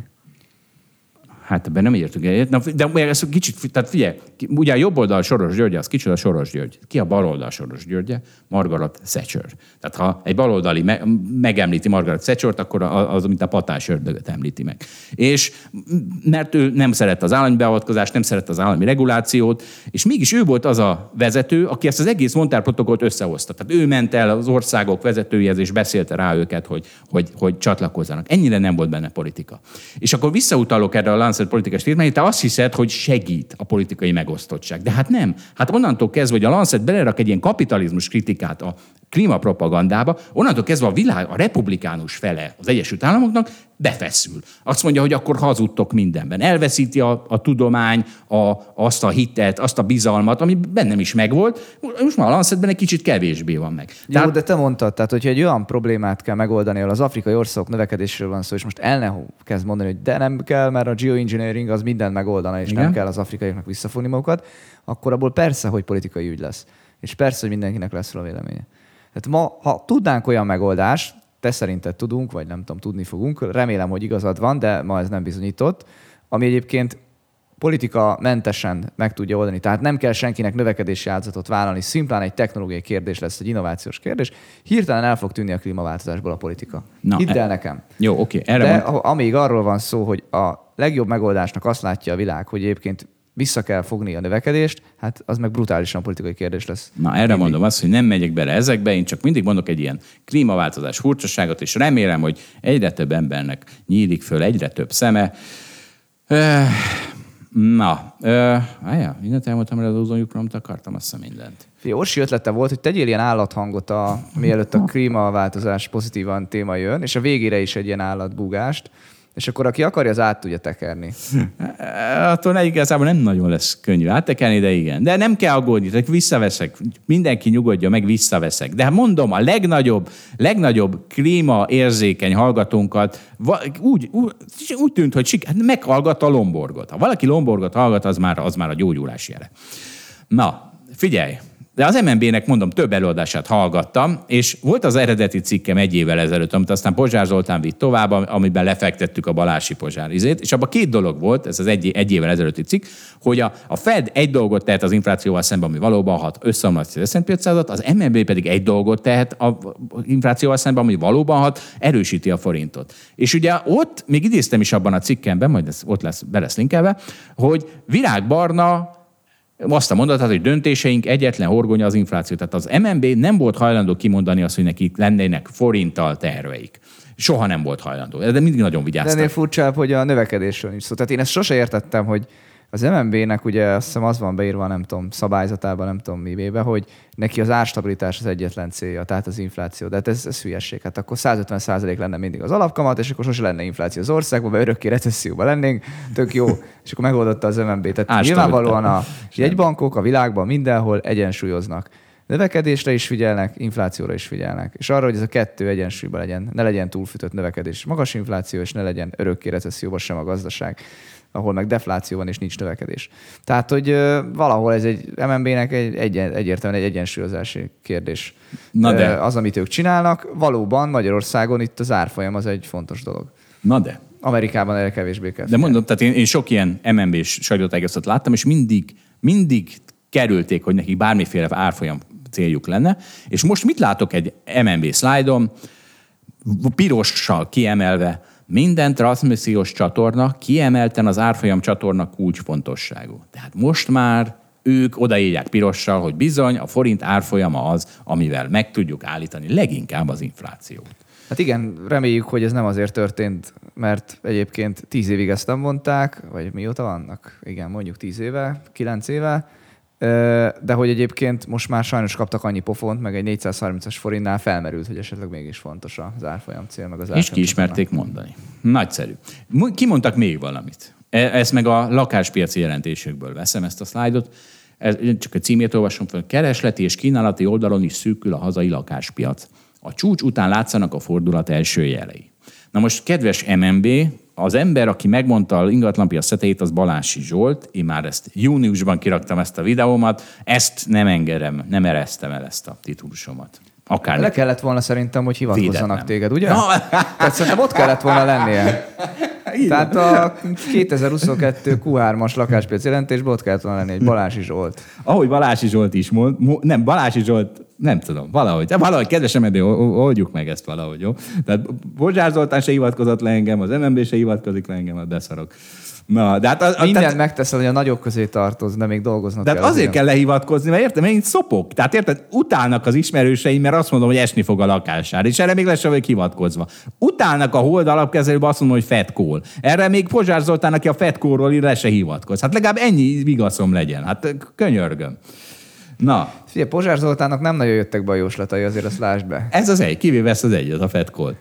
Hát ebben nem értünk egyet. De ez kicsit, tehát figyelj, ugye a jobb oldal Soros György, az kicsoda Soros György. Ki a bal oldal Soros Györgye? Margaret Thatcher. Tehát ha egy baloldali megemlíti Margaret Thatchert, akkor az, mint a patás ördögöt említi meg. És mert ő nem szeret az állami beavatkozást, nem szeret az állami regulációt, és mégis ő volt az a vezető, aki ezt az egész Montreal protokollt összehozta. Tehát ő ment el az országok vezetőihez, és beszélte rá őket, hogy csatlakozzanak. Ennyire nem volt benne politika. És akkor visszautalok erre a Lancet politikai tétmányra, te azt hiszed, hogy segít a politikai megosztottság. De hát nem. Hát onnantól kezdve, hogy a Lancet belerak egy ilyen kapitalizmus kritikát a klímapropagandába, onnantól kezdve a világ, a republikánus fele az Egyesült Államoknak befeszül. Azt mondja, hogy akkor hazudtok mindenben. Elveszíti a tudomány azt a hitet, azt a bizalmat, ami bennem is megvolt. Most már a Lancetben egy kicsit kevésbé van meg. Jó, de te mondtad, tehát hogyha egy olyan problémát kell megoldani, ahol az afrikai országok növekedésről van szó, és most el ne kezd mondani, hogy de nem kell, mert a geoengineering az mindent megoldana, és nem kell az afrikaiaknak visszafogni magukat, akkor abból persze, hogy politikai ügy lesz. És persze, hogy mindenkinek lesz róla véleménye. Tehát ma, ha tudnánk olyan megoldást, te szerinted tudunk, vagy nem tudom, tudni fogunk, remélem, hogy igazad van, de ma ez nem bizonyított, ami egyébként politika mentesen meg tudja oldani. Tehát nem kell senkinek növekedési áldozatot vállalni, szimplán egy technológiai kérdés lesz, egy innovációs kérdés. Hirtelen el fog tűnni a klímaváltozásból a politika. Hidd el nekem. Jó, oké. De amíg arról van szó, hogy a legjobb megoldásnak azt látja a világ, hogy egyébként vissza kell fogni a növekedést, hát az meg brutálisan politikai kérdés lesz. Na, erre mondom azt, hogy nem megyek bele ezekbe, én csak mindig mondok egy ilyen klímaváltozás furcsaságot, és remélem, hogy egyre több embernek nyílik föl, egyre több szeme. Mindent elmondtam, hogy az ózonlyukról, amit akartam, azt hiszem mindent. Orsi ötlete volt, hogy tegyél ilyen állathangot, mielőtt a klímaváltozás pozitívan téma jön, és a végére is egy ilyen állatbúgást, és akkor aki akarja, az át tudja tekerni. Attól igazából nem nagyon lesz könnyű áttekerni, de igen. De nem kell aggódni, tehát visszaveszek. Mindenki nyugodja meg, visszaveszek. De mondom, a legnagyobb klímaérzékeny hallgatónkat úgy tűnt, hogy meghallgatta a Lomborgot. Ha valaki Lomborgot hallgat, az már a gyógyulás jele. Na, figyelj! De az MNB-nek, mondom, több előadását hallgattam, és volt az eredeti cikkem 1 évvel ezelőtt, amit aztán Pozsár Zoltán vitt tovább, amiben lefektettük a Balási Pozsár izét, és abban 2 dolog volt, ez az egy évvel ezelőtti cikk, hogy a Fed egy dolgot tehet az inflációval szemben, ami valóban hat, összeomlasztja az S&P 500-at, az MNB pedig egy dolgot tehet az inflációval szemben, ami valóban hat, erősíti a forintot. És ugye ott, még idéztem is abban a cikkemben, majd ott be lesz linkelve, hogy virágbarna azt a mondatát, hogy döntéseink egyetlen horgonya az infláció. Tehát az MNB nem volt hajlandó kimondani azt, hogy nekik lennének forinttal terveik. Soha nem volt hajlandó, de mindig nagyon vigyáztak. De ennél furcsább, hogy a növekedésről nincs szó. Tehát én ezt sose értettem, hogy az MNB-nek ugye azt hiszem az van beírva, nem tudom, szabályzatában, nem tudom mivébe, hogy neki az árstabilitás az egyetlen célja, tehát az infláció. De hát ez hülyesség. Hát akkor 150% lenne mindig az alapkamat, és akkor sose lenne infláció az országban, mert örökké recesszióban lennénk, tök jó. És akkor megoldotta az MNB. Tehát nyilvánvalóan a jegybankok a világban mindenhol egyensúlyoznak. Növekedésre is figyelnek, inflációra is figyelnek. És arra, hogy ez a 2 egyensúlyban legyen, ne legyen túlfűtött növekedés, magas infláció, és ne legyen örökké recesszióban sem a gazdaság, ahol meg defláció van és nincs növekedés. Tehát, hogy valahol ez egy MNB-nek egyértelműen egy egyensúlyozási kérdés. Na de. Az, amit ők csinálnak, valóban Magyarországon itt az árfolyam az egy fontos dolog. Na de. Amerikában erre kevésbé kell. De mondom, tehát én sok ilyen MNB-s sajtótájékoztatót láttam, és mindig kerülték, hogy nekik bármiféle árfolyam céljuk lenne. És most mit látok egy MNB szlájdon, pirossal kiemelve, minden transzmissziós csatorna kiemelten az árfolyam csatorna kulcsfontosságú. Tehát most már ők odaírják pirossal, hogy bizony a forint árfolyama az, amivel meg tudjuk állítani leginkább az inflációt. Hát igen, reméljük, hogy ez nem azért történt, mert egyébként 10 évig ezt nem mondták, vagy mióta vannak? Igen, mondjuk 10 éve, 9 éve, de hogy egyébként most már sajnos kaptak annyi pofont, meg egy 430-as forintnál felmerült, hogy esetleg mégis fontos az árfolyam cél, meg az árfolyam. És kiismerték mondani. Nagyszerű. Kimondtak még valamit. Ezt meg a lakáspiaci jelentésekből veszem, ezt a szlájdot. Csak a címét olvasom fel. Keresleti és kínálati oldalon is szűkül a hazai lakáspiac. A csúcs után látszanak a fordulat első jelei. Na most, kedves MNB, az ember, aki megmondta a ingatlanpiac szetejét, az Balási Zsolt. Én már ezt júniusban kiraktam ezt a videómat. Ezt nem engedem, nem eresztem el ezt a titulusomat. Akár le kellett volna szerintem, hogy hivatkozzanak védetlen téged, ugye? No. Tehát szerintem ott kellett volna lennie. Tehát a 2022 Q3-as lakáspiac jelentésben ott kellett volna lenni egy Balási Zsolt. Ahogy Balási Zsolt is mond, nem, Balási Zsolt, nem tudom, valahogy kedves MNB, oldjuk meg ezt valahogy, jó? Tehát Pozsár Zoltán se hivatkozott le engem, az MNB se hivatkozik le engem, hát beszarok. Na, de hát mindent megteszel, hogy a nagyok közé tartoz, de még dolgoznak kell. De azért kell lehivatkozni, mert érted, én szopok. Tehát érted, utálnak az ismerőseim, mert azt mondom, hogy esni fog a lakásár, és erre még lesz sem vagyok hivatkozva. Utálnak a Hold alapkezelőben, azt mondom, hogy Fed call. Erre még Pozsár Zoltán, aki a Fed callról le se hivatkoz. Hát legalább ennyi vigaszom legyen. Hát könyörgöm. Na. Figyelj, Pozsár Zoltánnak nem nagyon jöttek be a jóslatai, azért azt lásd be. Ez az egy, kivéve ezt az egyet, a Fed call.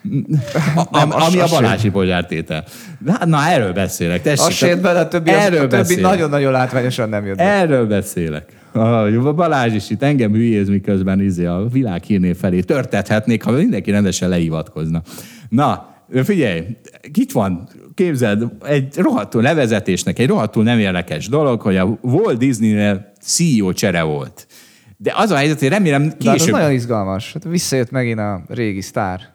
Ami a Balási Pozsár tétel. Na, erről beszélek. Tessék, azt jött bele, a többi nagyon-nagyon látványosan nem jött be. Erről beszélek. A Balázs is itt engem hülyéz, miközben a világhírnév felé törtethetnék, ha mindenki rendesen lehivatkozna. Na, figyelj, itt van, képzeld, egy rohadtul levezetésnek, egy rohadtul nem érdekes dolog, hogy a Walt Disney-nél CEO csere volt. De az a helyzet, hogy remélem később... De az nagyon izgalmas. Hát visszajött megint a régi sztár.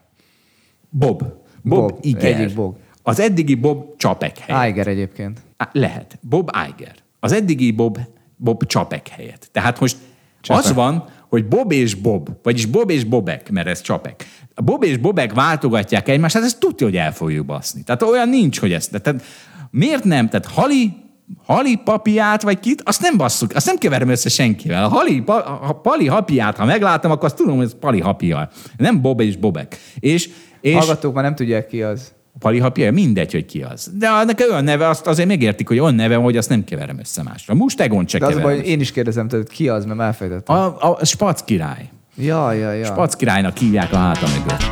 Bob Iger. Egyik Bob. Az eddigi Bob Csapek helyett. Iger egyébként. Lehet. Bob Iger. Az eddigi Bob Csapek helyett. Tehát most Csapek. Az van, hogy Bob és Bob, vagyis Bob és Bobek, mert ez Csapek. A Bob és Bobek váltogatják egymást, hát ezt tudja, hogy el fogjuk baszni. Tehát olyan nincs, hogy ezt... Tehát miért nem? Tehát Hali papiát, vagy kit, azt nem basszuk, azt nem keverem össze senkivel. A Pali hapiát, ha meglátom, akkor azt tudom, hogy ez Pali hapia. Nem Bob és Bobek. És hallgatók már nem tudják, ki az. Pali hapja, mindegy, hogy ki az. De annak olyan neve, azt azért megértik, hogy olyan neve, hogy azt nem keverem össze másra. Mustegont se keverem. De az baj, én is kérdezem tőled, ki az, mert elfejtettem. A Spac király. Ja. Spac királynak hívják a háta mögött.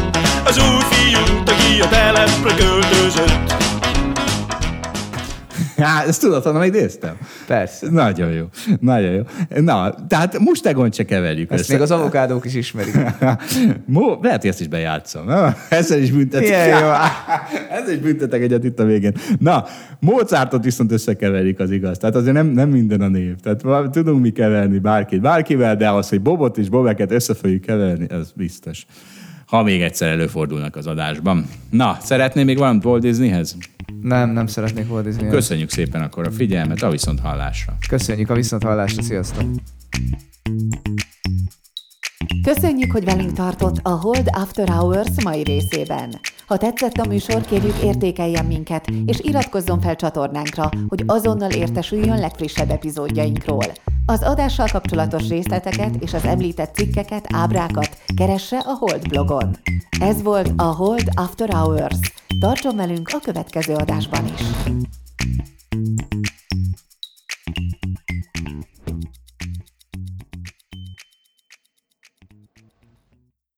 Az új fiút, aki a telepre költözött. Hát, ezt tudod, honnan idéztem? Persze. Nagyon jó. Nagyon jó. Na, tehát mustegon se keverjük Ezt össze. még az avokádók is ismerik. Lehet, hogy ezt is bejátszom. Ezzel is büntetek. Milyen jó. Ezzel is büntetek egyet itt a végén. Na, Mozartot viszont összekeverik, az igaz. Tehát azért nem minden a név. Tehát tudunk mi keverni bárkivel, de az, hogy Bobot és Bobeket össze fogjuk keverni, ez biztos. Ha még egyszer előfordulnak az adásban. Na, szeretném még valamit Walt Disneyhez? Nem szeretnék Walt Disneyhez. Köszönjük szépen akkor a figyelmet, a viszonthallásra. Köszönjük a viszonthallásra, sziasztok! Köszönjük, hogy velünk tartott a Hold After Hours mai részében. Ha tetszett a műsor, kérjük értékeljen minket, és iratkozzon fel csatornánkra, hogy azonnal értesüljön legfrissebb epizódjainkról. Az adással kapcsolatos részleteket és az említett cikkeket, ábrákat keresse a Hold blogon. Ez volt a Hold After Hours. Tartson velünk a következő adásban is!